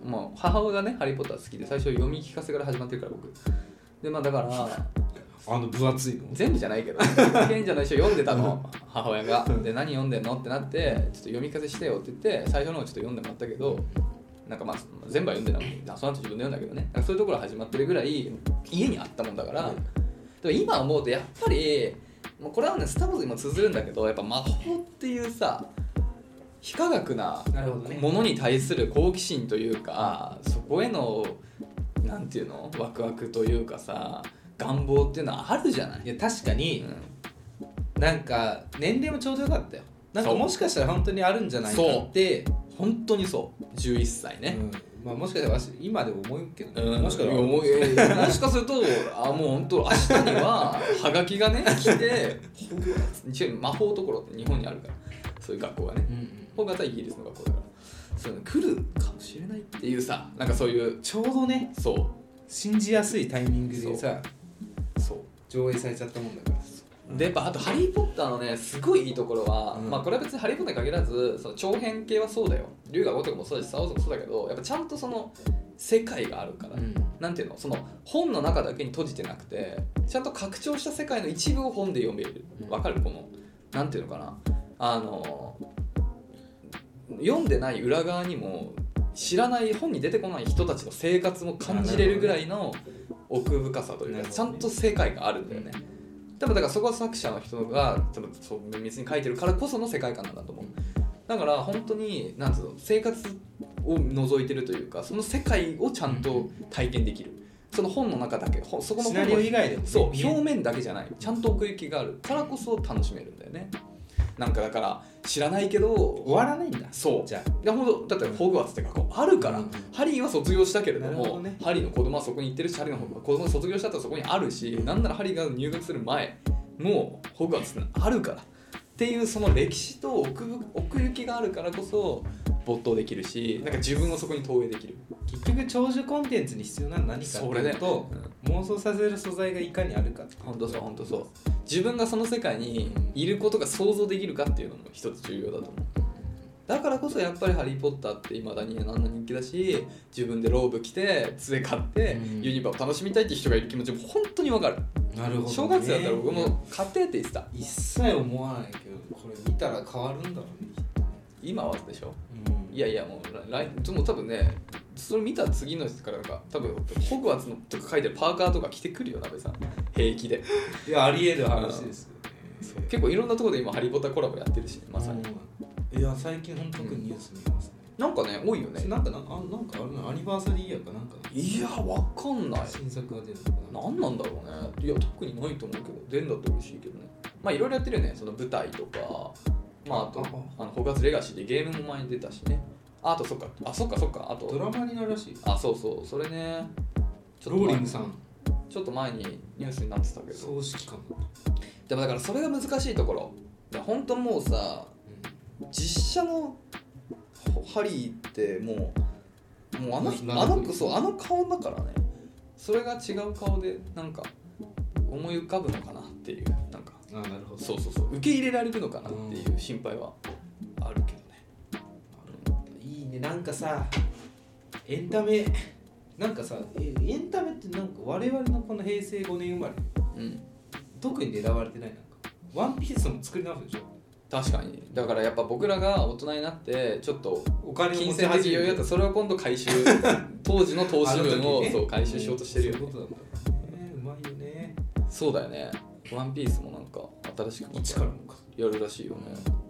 もう母親がねハリー・ポッター好きで最初読み聞かせから始まってるから僕で、まあだから分厚いの全部じゃないけど賢者の石を読んでたの母親が。で何読んでんのってなって、ちょっと読み聞かせしてよって言って最初の方ちょっと読んでもらったけど、なんかまあ全部は読んでないのに、その後自分で読んだけどね、そういうところが始まってるぐらい家にあったもんだから、でも今思うとやっぱりもうこれはねスター・ウォーズにも通ずるんだけど、やっぱ魔法っていうさ非科学なものに対する好奇心というか、そこへのなんていうのワクワクというかさ願望っていうのはあるじゃない。 いや確かに、なんか年齢もちょうどよかったよ。なんかもしかしたら本当にあるんじゃないかって。 本当にそう11歳ね、 まあ、もしかしたら今でも思うけど、ね、 もしかするともう本当明日にはハガキがね来て魔法ところって日本にあるから、そういう学校がね、ホグワーツはイギリスの学校だから、そういうの来るかもしれないっていうさ、なんかそういうちょうどね、 そう信じやすいタイミングでさ、そう上映されちゃったもんだから。 でやっぱあとハリー・ポッターのねすごいいいところは、まあこれは別にハリー・ポッターに限らずその長編系はそうだよ、龍が如くもそうだしスター・ウォーズもそうだけど、やっぱちゃんとその世界があるから、なんていうの、その本の中だけに閉じてなくてちゃんと拡張した世界の一部を本で読める。わかる？このなんていうのかな、読んでない裏側にも知らない本に出てこない人たちの生活も感じれるぐらいの奥深さというか、ちゃんと世界があるんだよね。多分だからそこは作者の人が多分そう綿密に書いてるからこその世界観なんだと思う。だから本当になんつうの生活を覗いてるというか、その世界をちゃんと体験できる。その本の中だけ、そこのシナリオ以外でも、 そう表面だけじゃない、ちゃんと奥行きがあるからこそ楽しめるんだよね。なんかだから知らないけど終わらないんだ。 そうじゃあいや本当だってホグワーツって学校あるから、ハリーは卒業したけれども、ハリーの子供はそこに行ってるし、ハリーの子供が卒業した後そこにあるし、なんならハリーが入学する前もうホグワーツってあるからっていう、その歴史と奥行きがあるからこそ没頭できるし、なんか自分をそこに投影できる。 結局長寿コンテンツに必要なのは何かっていうと、妄想させる素材がいかにあるかって。 本当そう本当そう。自分がその世界にいることが想像できるかっていうのも一つ重要だと思う。だからこそやっぱりハリー・ポッターって未だに何の人気だし、自分でローブ着て杖買ってユニバーを楽しみたいっていう人がいる気持ちも本当に分かる。 なるほど、ね、 小学生だったら僕も買ってって言ってた。 一切思わないけどこれ見たら変わるんだろうね。 今はでしょ、いやいやもう多分ね、それ見た次の人からなんか多分ホグワーツのとか書いてるパーカーとか着てくるよなべさん、平気で。 いやあり得る話ですよね。 結構いろんなところで今ハリー・ポッターコラボやってるし、まさに。 いや最近本当にニュース見ますね。 なんかね多いよね。 なんかあるのアニバーサリーイヤーかなんか。 いやわかんない。 新作が出るのかな。 何なんだろうね。いや特にないと思うけど、出んだと嬉しいけどね。まあいろいろやってるよね。その舞台とか、まああとホグワーツレガシーでゲームも前に出たしね。あとそっかあとドラマになるらしい。 そうそれね。 ローリングさんちょっと前にニュースになってたけど。 葬式感。 でもだからそれが難しいところ。本当もうさ、実写のハリーってもうあの顔だからね。それが違う顔でなんか思い浮かぶのかなっていう、なんかなるほど。 そう受け入れられるのかなっていう心配はあるけどね。 いいね。なんかさエンタメなんかさエンタメってなんか我々のこの平成5年生まれ、特に狙われてない。なんかワンピースも作り直すでしょ。 確かに。だからやっぱ僕らが大人になってちょっとお金を金銭的余裕だったらそれを今度回収当時の投資分を、そう回収しようとしてるよね。 そういうことなんだね。うまいよね。 そうだよね。ワンピースもなんか新しく一からやるらしいよね。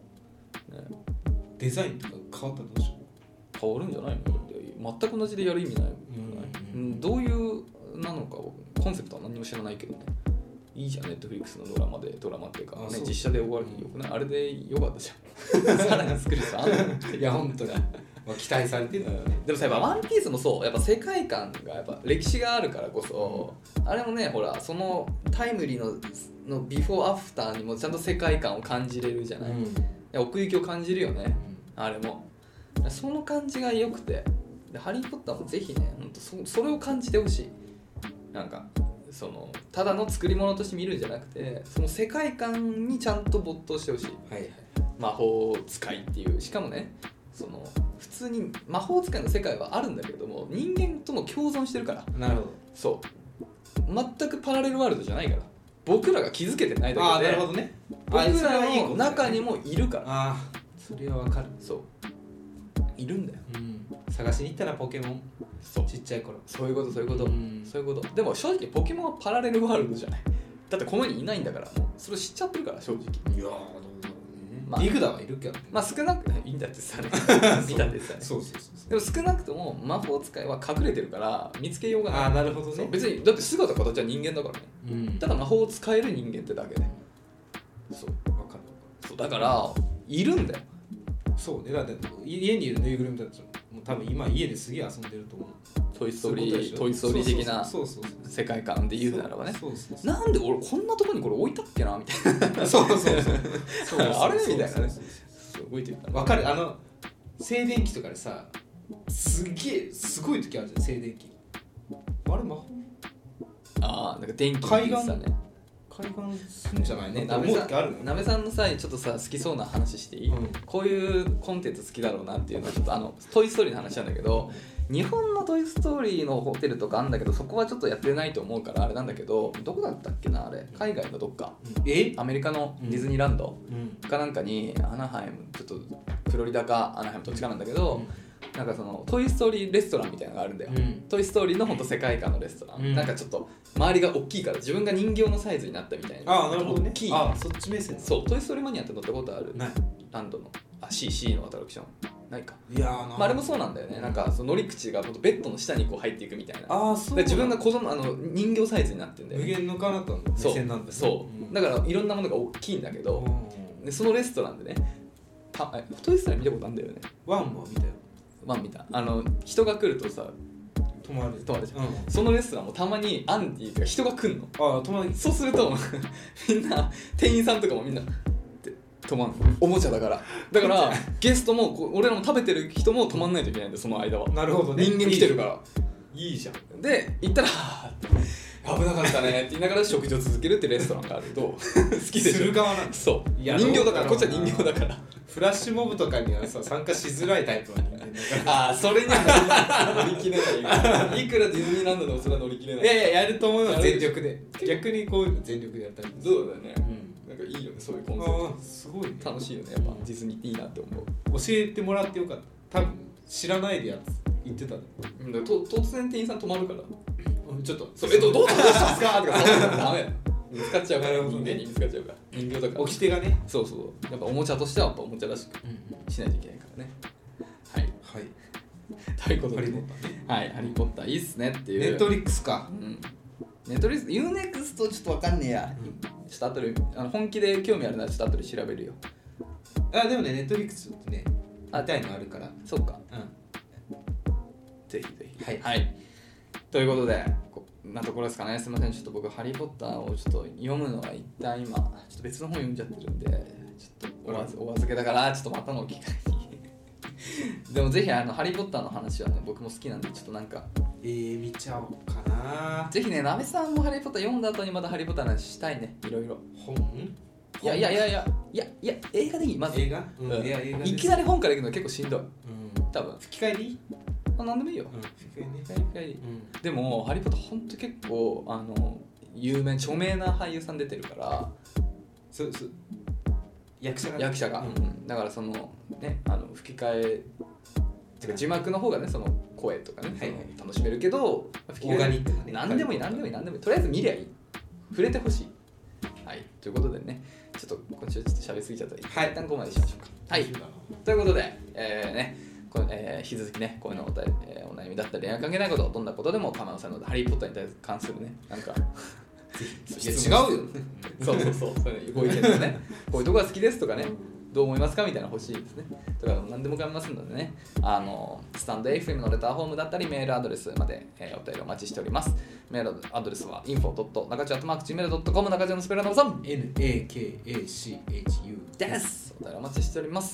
デザインとか変わったらどうしよう。変わるんじゃないの？全く同じでやる意味ないもんね。どういうなのかコンセプトは何も知らないけどね。いいじゃん、ネットフリックスのドラマっていうか、ね、実写で終わるよくない？あれでよかったじゃん。さらに作る人あんの？ いや本当に期待されてる、 でもさ、やっぱワンピースもそう、やっぱ世界観がやっぱ歴史があるからこそ、あれもね、ほらそのタイムリーのビフォーアフターにもちゃんと世界観を感じれるじゃない、奥行きを感じるよね、あれも。その感じが良くて、でハリー・ポッターもぜひね、ほんとそれを感じてほしい。なんかそのただの作り物として見るんじゃなくて、その世界観にちゃんと没頭してほしい、はいはい、魔法使いっていう。しかもね、その普通に魔法使いの世界はあるんだけれども、人間とも共存してるから。 なるほど。 そう全くパラレルワールドじゃないから、僕らが気づけてないだけで。 なるほどね。 僕らの中にもいるから。 あ、それはわかる。 そういるんだよ、 探しに行ったらポケモン。 そうちっちゃい頃。 そういうことそういうこと。でも正直ポケモンはパラレルワールドじゃない。だってこの世にいないんだから、もうそれ知っちゃってるから正直。 いやー、リグダはいるけどね。 まあ少なくいいんだってさね。見たってさね。そうでも少なくとも魔法使いは隠れてるから見つけようがない。 なるほどね。 別にだって姿形は人間だからね。ただ魔法を使える人間ってだけで。そう分かる。そうだからいるんだよ。 そうね。だって家にいるぬいぐるみだともう多分今家ですげえ遊んでると思う。 トイストーリー的な世界観で言うならばね。なんで俺こんなとこにこれ置いたっけなみたいな。そうあれみたいなね。動いてるわかる。静電気とかでさ、すごい時あるじゃん、静電気。あれ魔法？ なんか電気のさね。 開眼するんじゃないね。 なべさんのさ、ちょっとさ好きそうな話していい？こういうコンテンツ好きだろうなっていうのはちょっとトイストーリーの話なんだけど、日本のトイストーリーのホテルとかあるんだけど、そこはちょっとやってないと思うからあれなんだけど、どこだったっけなあれ、海外のどっか、アメリカのディズニーランドかなんかに、アナハイム、ちょっとフロリダかアナハイムどっちかなんだけど、なんかそのトイストーリーレストランみたいなのがあるんだよ、トイストーリーのほんと世界観のレストラン、なんかちょっと周りが大きいから自分が人形のサイズになったみたいな。 なるほどね。 大きい。 そっち目線。 そう、トイストーリーマニアって乗ったことある？ ない。 ランドのC のアトラクションないか。 いやあれもそうなんだよね。なんかその乗り口がベッドの下にこう入っていくみたいな。そうで自分が子供人形サイズになってんだよ、 無限の彼方の目線なんだよね。 そうだからいろんなものが大きいんだけど、でそのレストランでね、トイストーリー見たことあるんだよね。 ワンも見たよ。 ワン見た。人が来るとさ泊まるじゃん、そのレストランもたまにアンディとか人が来んの。泊まる。そうするとみんな店員さんとかもみんな止まんの。おもちゃだからゲストも俺らも食べてる人も止まんないといけないんだよ、その間は。なるほどね。人間来てるからいいじゃん。で行ったら危なかったねって言いながら食事を続けるってレストランがあると好きでしょ。する側なんだ。そう人形だから、こっちは人形だから。フラッシュモブとかにはさ参加しづらいタイプの人間だからそれには乗り切れない。いくらディズニーランドでもそれは乗り切れない。いややると思うよ、全力で。逆にこういうの全力でやったり。そうだよね。なんかいいよね、そういうコンセプト。すごいね。楽しいよね、やっぱディズニーっていいなって思う。教えてもらってよかった。多分知らないで言ってた。突然店員さん止まるから。ちょっとどうしたんですかとかダメだよ。見つかっちゃうから、人間に見つかっちゃうから。人形だから。掟がね。そうやっぱおもちゃとしてはやっぱおもちゃらしくしないといけないからね。はいということでね、ハリーポッターいいっすねっていう。ネットフリックスか。ネットフリックス、UNEXT ちょっとわかんねえや。ちょっと後で本気で興味あるならちょっと後で調べるよ。でもね、ネットフリックスってね、見たいのあるから。そうか。ぜひぜひ。はい。ということで、こんなところですかね。すみません、ちょっと僕ハリーポッターをちょっと読むのは一旦今ちょっと別の本読んじゃってるんで、ちょっとお預けだからちょっとまたの機会に。でもぜひハリーポッターの話はね、僕も好きなんでちょっとなんか見ちゃおうかな。ぜひね、なべさんもハリーポッター読んだ後にまたハリーポッターの話したいね、いろいろ。本？いや映画でいい。まず映画、いきなり本から行くの結構しんどい。多分吹き替えでいい？なんでもいいよ。吹き替えでいい。でもハリーポッターほんと結構著名な俳優さん出てるから。 役者が、 だからそのね吹き替えてか字幕の方がねその声とかね、楽しめるけど吹き替えオーガニックなね何でもいいとりあえず見りゃいい、触れてほしい。はいということでね、ちょっと今週ちょっと喋りすぎちゃったら一旦ここまでしましょうか。はいということで引き続きねこういうのお悩みだったり恋愛関係ないこと、どんなことでも構いませんので、ハリー・ポッターに関するねなんかいや違うよそうご意見ですねこういうとこが好きですとかね、どう思いますかみたいなの欲しいですね。だから何でも構いませんのでね、スタンド FM のレターフォームだったりメールアドレスまで、お便りお待ちしております。メールアドレスは info.nakachu@gmail.com 中条のスペラノブさん NAKACHU です。お便りお待ちしております。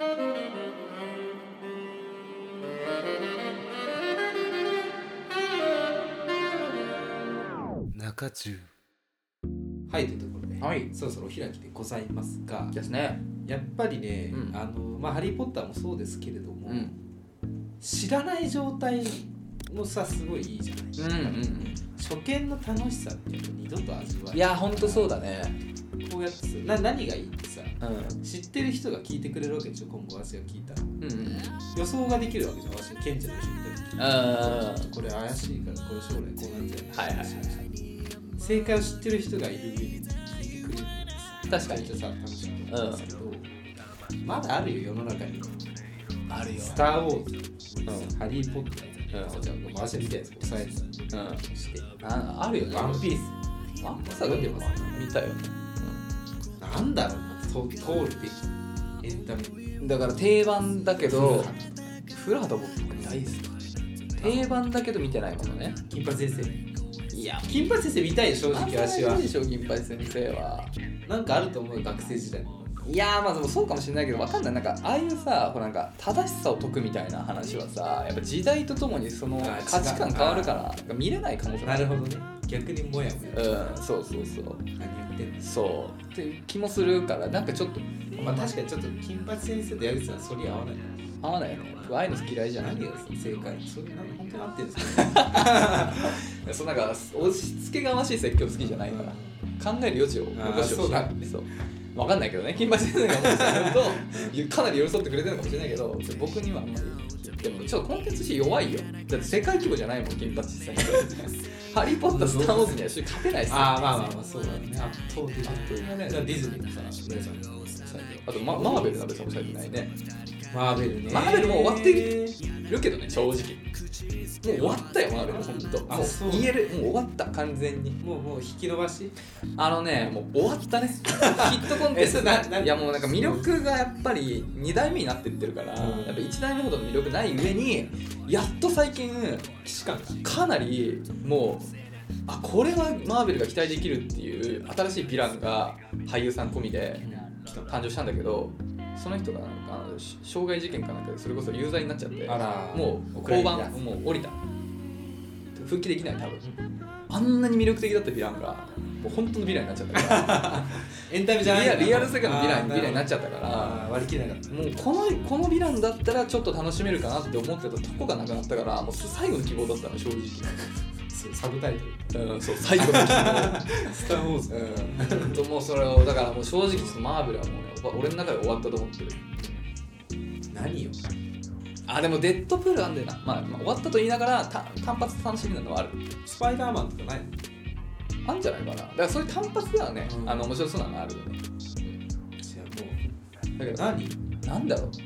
中中はいというところで、そろそろお開きでございますがですね、 やっぱりね、ハリー・ポッターもそうですけれども、知らない状態もさすごいいいじゃないですか、初見の楽しさって二度と味わえない。 いやほんとそうだね。 こうやって何がいいってさ、知ってる人が聞いてくれるわけでしょ。今後私が聞いたら、予想ができるわけじゃん。私ケンちゃんの一緒にいた時これ怪しいからこれ将来こうなっちゃう、正解を知ってる人がいる上に聞いてくれるの確かにさ楽しいと思うんですけど、まだあるよ世の中に。 あるよ。 スター・ウォーズ、ハリー・ポッター、じゃあ私みたいなやつ抑えてたして、 あるよね。 ワンピース読んでます。見たよね。 なんだろうな、通るべきエンタメだから定番だけど、古畑僕大好き。定番だけど見てないものね。 金八先生。 いや金八先生見たいよ正直。私はでしょ金八先生は。 なんかあると思う学生時代。 いやまあでもそうかもしれないけど、わかんない。なんかああいうさ、なんか正しさを解くみたいな話はさ、やっぱ時代とともにその価値観変わるから見れない可能性がある。なるほどね。逆にもやもや。そう。何言ってんの。そうって気もするから、なんかちょっとまあ確かにちょっと金八先生と矢口さんそり合わない。 合わないよね。ああいうの嫌いじゃない。 何が正解。それなん本当に合ってるんですか。 そうなんか押し付けがましい説教好きじゃないから、考える余地を残してほしい。そう。分かんないけどね、金八先生が思ってるとかなり寄り添ってくれてるのかもしれないけど、僕にはあんまり。でもちょっとコンテンツとして弱いよ。だって世界規模じゃないもん金八先生。ハリー・ポッター、スター・ウォーズには勝てないっすよ。 まあそうだね。圧倒的ね。じゃあディズニーもさ、 あとマーベルなべさんもされてないね。 マーベルね。 マーベルもう終わってるけどね、正直。もう終わったよ、マーベル、ほんと。もう言える、もう終わった、完全に。 もう引き伸ばし？ もう終わったね。ヒットコンテンツ。いやもうなんか魅力がやっぱり2代目になってってるから、やっぱ1代目ほどの魅力ない上に、やっと最近、 既視感がかなりもう、これはマーベルが期待できるっていう新しいヴィランが俳優さん込みで誕生したんだけど、その人がなんか傷害事件かなんかでそれこそ有罪になっちゃって、もう交番もう降りた、復帰できない。多分あんなに魅力的だったヴィランがもう本当のヴィランになっちゃったからエンタメじゃないリアル世界のヴィランになっちゃったから割り切れなかった。 もうこのヴィランだったらちょっと楽しめるかなって思ってたとこがなくなったから、もう最後の希望だったの正直。 サブタイトル、 そう最後の希望スター・ウォーズ、 もうそれをだからもう正直ちょっとマーベルはもうね俺の中で終わったと思ってる。 何よ。 でもデッドプールあんだよな。まあ終わったと言いながら単発楽しみなのはある。 スパイダーマンとかないの？ あんじゃないかな。だからそういう単発ではね、面白そうなのあるよね。 じゃあもうだけどなんだろう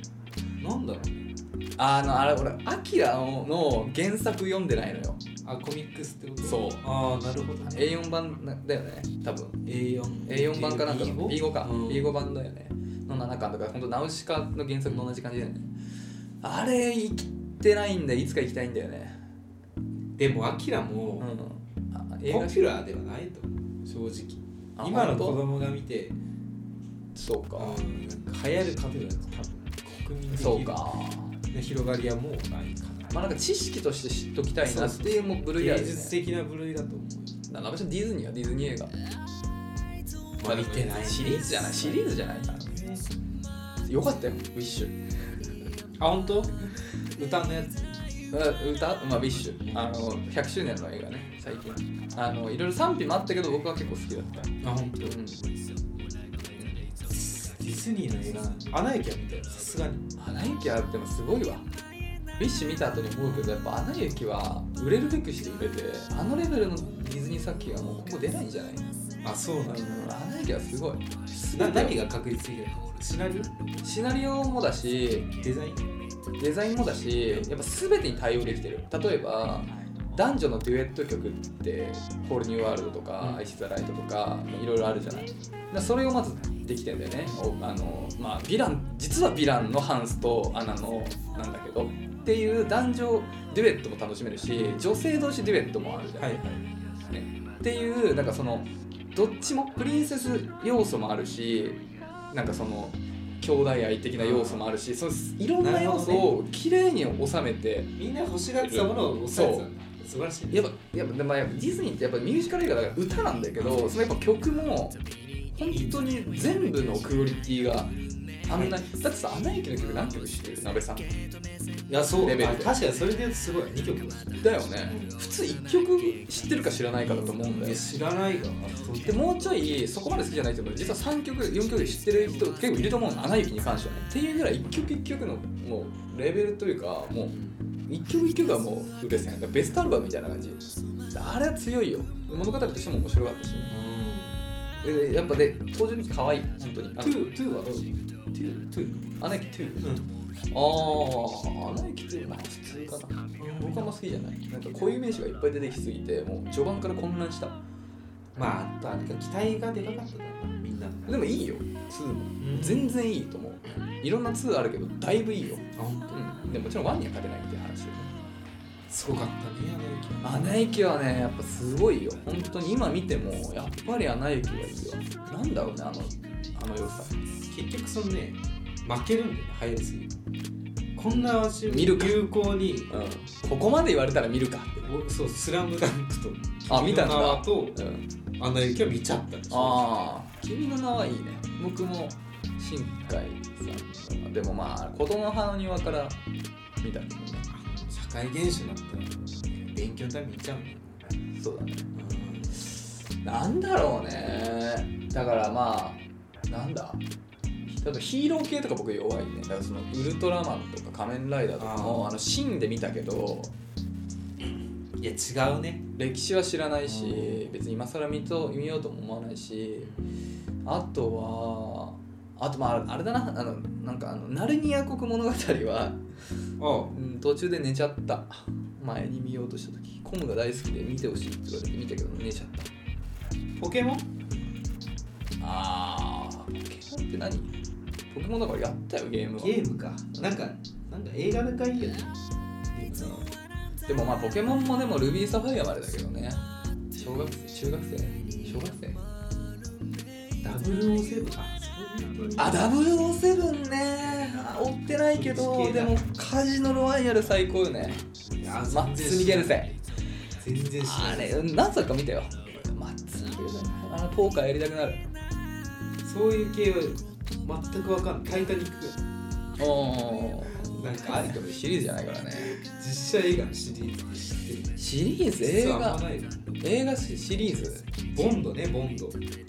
あれ俺アキラの原作読んでないのよ。 コミックスってこと？ そう。 なるほどね。 A4 版だよね多分。A4 版かなんかの B5 か、B5 版だよねの7巻とか、ほんとナウシカの原作と同じ感じだよね。あれ生きてないんでいつか行きたいんだよね。 でもアキラも、ポピュラーではないと思う正直。今の子供が見てそうか、 流行るかというと多分国民的そうか広がりはもうないかな。 なんか知識として知っときたいなっていうも部類あるね。 芸術的な部類だと思う。 なんかディズニーはディズニー映画見てないシリーズじゃないかな。よかったよウィッシュ。 本当？歌のやつ。 ウィッシュ100周年の映画ね最近。いろいろ賛否もあったけど僕は結構好きだった。 本当。 ディズニーの映画、アナ雪は見たよ、さすがに。 アナ雪はでもすごいわ。ビッシュ見た後に思うけど、やっぱアナ雪は売れるべくして売れて、あのレベルのディズニー作品はもうここ出ないんじゃない？ あ、そうなんだ。 アナ雪はすごい。 何が確実にシナリオもだし、デザインもだし、やっぱ全てに対応できてる。例えば男女のデュエット曲って「ホールニューワールド」とか「アイシザライト」とかいろいろあるじゃない。それをまずできてんだよね。まあヴィラン、実はヴィランのハンスとアナのなんだけどっていう男女デュエットも楽しめるし、女性同士デュエットもあるじゃない、ね、っていうなんかそのどっちもプリンセス要素もあるし、なんかその兄弟愛的な要素もあるし、そのいろんな要素をきれいに収めて、 みんな欲しがってたものを抑えてたんだ。素晴らしい。 やっぱディズニーってやっぱミュージカル映画だから歌なんだけど、そのやっぱ曲も本当に全部のクオリティがあんな、だってさ、アナ雪の曲何曲知ってる？鍋さん。いや、そうレベルで。確かにそれで言うとすごい2曲だよね。普通1曲知ってるか知らないかだと思うんだよ。 知らないが。 でもうちょいそこまで好きじゃないけど、実は3曲4曲知ってる人結構いると思うの、アナ雪に関してはね。っていうぐらい1曲1曲のもうレベルというか、もう1曲1曲はもうベストアルバムみたいな感じ。あれは強いよ。物語としても面白かったし。やっぱで登場人気可愛い本当に。 トゥはどう？トゥアナ雪2。アナ雪2まあ普通かな。僕はあんま好きじゃない。なんか固有名詞がいっぱい出てきすぎて、もう序盤から混乱した。 まああとあれか期待がでかかったなみんな。 でもいいよ2も、全然いいと思う。いろんな2あるけどだいぶいいよ。でもちろん1には勝てないっていう話で。 すごかったねアナ雪はね、やっぱすごいよ本当に。今見てもやっぱりアナ雪はいいわ。なんだろうね、あの良さ。 結局そのね、負けるんだよね、流行りすぎ。こんな見るか有効に、 ここまで言われたら見るかって。 そう、スラムダンクと見たんだ。 と、アナ雪は見ちゃったでしょ。 君の名はいいね。僕も新海さんでもまあ子供派の庭から見たけどね。 社会現象だったら勉強のために見ちゃうね。 そうだね。なんだろうね。だからまあなんだ。例えばヒーロー系とか僕弱いね。だからそのウルトラマンとか仮面ライダーとかもシーンで見たけど、 いや違うね。 歴史は知らないし、別に今更見ようとも思わないし、あとまああれだな、なんかナルニア国物語は途中で寝ちゃった。前に見ようとした時、コムが大好きで見てほしいって言われて見たけど寝ちゃった。 ポケモン？ ポケモンって何？ポケモンだからやったよゲームは。 ゲームか。なんか映画がいいよね。 でもまあポケモンもでもルビーサファイアまでだけどね。小学生、中学生、小学生。 007か。 007ね。追ってないけど、でもカジノロワイヤル最高よね。マッツ・ミゲルセ。 全然知らない。 あれ何作か見たよ。マッツ・ミゲルセ。ポーカーやりたくなる。 そういう系は全く分かんない。タイタニック。 なんかありともシリーズじゃないからね。 実写映画のシリーズ知ってる？ シリーズ映画シリーズ。 ボンドね、ボンド。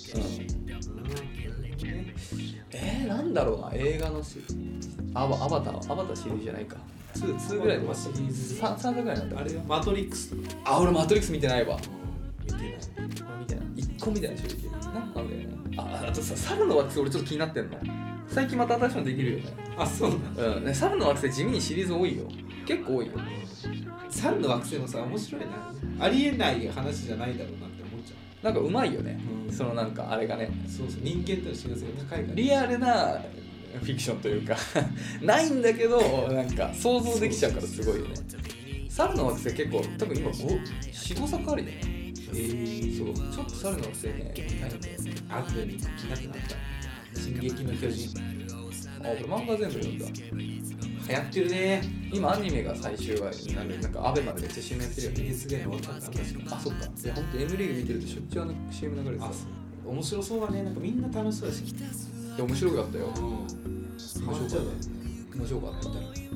なんだろうな、映画のアバターシリーズじゃないか。2ぐらいでシリーズ3作ぐらいなんだ。 あれはマトリックスとか。俺マトリックス見てないわ。 見てない。 1個見てない正直。なんだよね。あとさ、猿の惑星俺ちょっと気になってんの。最近また新しいのできるよね。 あ、そうなんだ。 猿の惑星地味にシリーズ多いよ。結構多いよ。 猿の惑星もさ、面白いな。ありえない話じゃないだろうなって思っちゃう。なんかうまいよね。そのなんかあれがね。 そうそう、人間との親和性が高いから。 リアルなフィクションというかないんだけど、なんか想像できちゃうからすごいよね。猿の惑星結構多分今4,5 作あるよね。そう、ちょっと猿の惑星ね、見たいんだよね。 あとで見なくなった。進撃の巨人。 俺漫画全部読んだ。 流行ってるね。 今アニメが最終話になる。なんかアベマでめっちゃ CM やってるよね。 すげえ終わったんだ。 そっか。いや本当 M リーグ見てるとしょっちゅうCM 流れてた。 面白そうだね。なんかみんな楽しそうだし。いや面白かったよ。 面白かった。 面白かった。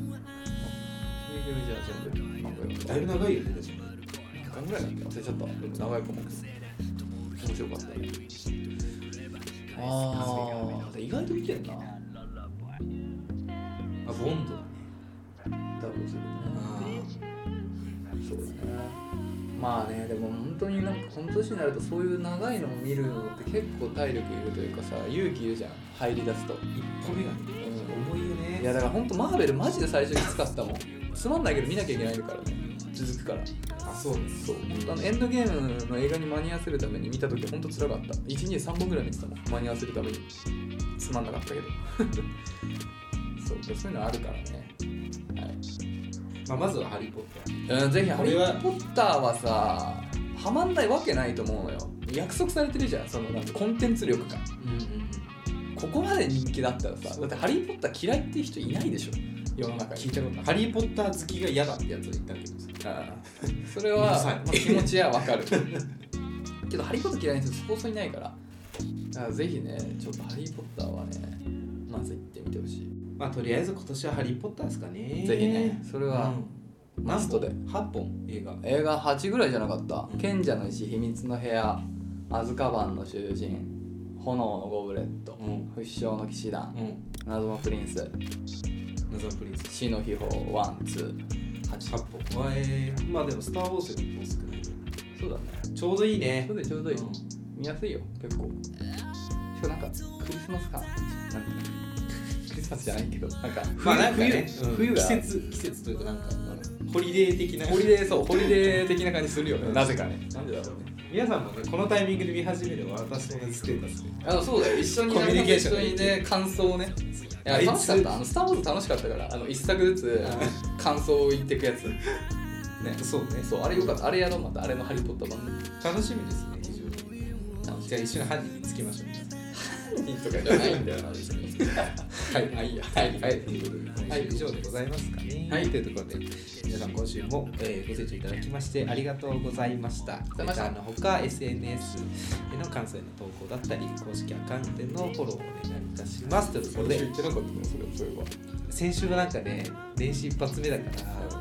じゃあ全部漫画読んだ。 だいぶ長いよね。 何巻ぐらいだっけ忘れちゃった。でも長いかも。面白かったね。 ないですか。 意外と見てんな。 ボンドだね。 ダブルするね。そうだね。まあね、でも本当になんかこの年になるとそういう長いのを見るのって結構体力いるというかさ、勇気いるじゃん、入り出すと。 一歩目がね、重いよね。 いやだから本当マーベルマジで最初きつかったもん。つまんないけど見なきゃいけないからね、続くから。 あ、そうです。 そう、エンドゲームの映画に間に合わせるために見たときは本当つらかった。1日で3本ぐらい見てたもん、間に合わせるために。つまんなかったけどそういうのあるからね。はい。 まずはハリー・ポッター。 ぜひハリー・ポッターはさ、ハマんないわけないと思うのよ。約束されてるじゃん、そのなんかコンテンツ力が。ここまで人気だったらさ、だってハリー・ポッター嫌いっていう人いないでしょ、世の中に。 聞いたことない。ハリー・ポッター好きが嫌だってやつを言ったけどさ、それは気持ちはわかるけどハリー・ポッター嫌いな人そうそういないから。だからぜひね、ちょっとハリー・ポッターはね、まず行ってみてほしい。 とりあえず今年はハリー・ポッターですかね。 ぜひね、それはマストで。 8本映画 8ぐらいじゃなかった。賢者の石、秘密の部屋、アズカバンの囚人、炎のゴブレット、不死鳥の騎士団、謎のプリンス、死の秘宝1、2、8 本。まあでもスター・ウォーズよりも少ない。 そうだね、 ちょうどいいね。 ちょうどいい、見やすいよ結構。しかもなんかクリスマス感、クリスマスじゃないけど、なんか冬が季節というか、なんかホリデー的なホリデー的な感じするよね。なぜかね。なんでだろうね。 皆さんもね、このタイミングで見始めれば私と同じステータスで。 そうだよ、一緒にコミュニケーション一緒にね、感想をね。いや楽しかった。スター・ウォーズ楽しかったから、一作ずつ感想を言っていくやつ。ね、 そうね。 そう、あれよかった。あれやろう、またあれのハリー・ポッター版。 楽しみですね、非常に。じゃあ一緒に犯人につきましょう。 犯人とかじゃないんだよな、別に。はい、いいや。はい、 ということで、以上でございますかね。はい、というところで、皆さん今週もご清聴いただきましてありがとうございました。レターのほか、SNS への感想への投稿だったり、公式アカウントへのフォローをお願いいたします。というところで、先週はなんかね、年始一発目だから、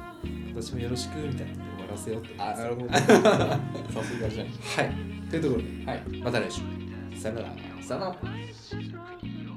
今年もよろしくみたいなので終わらせようと思って。 なるほど。さすがじゃん。 はい。というところで、 はい、 また来週。さよなら。 さよなら。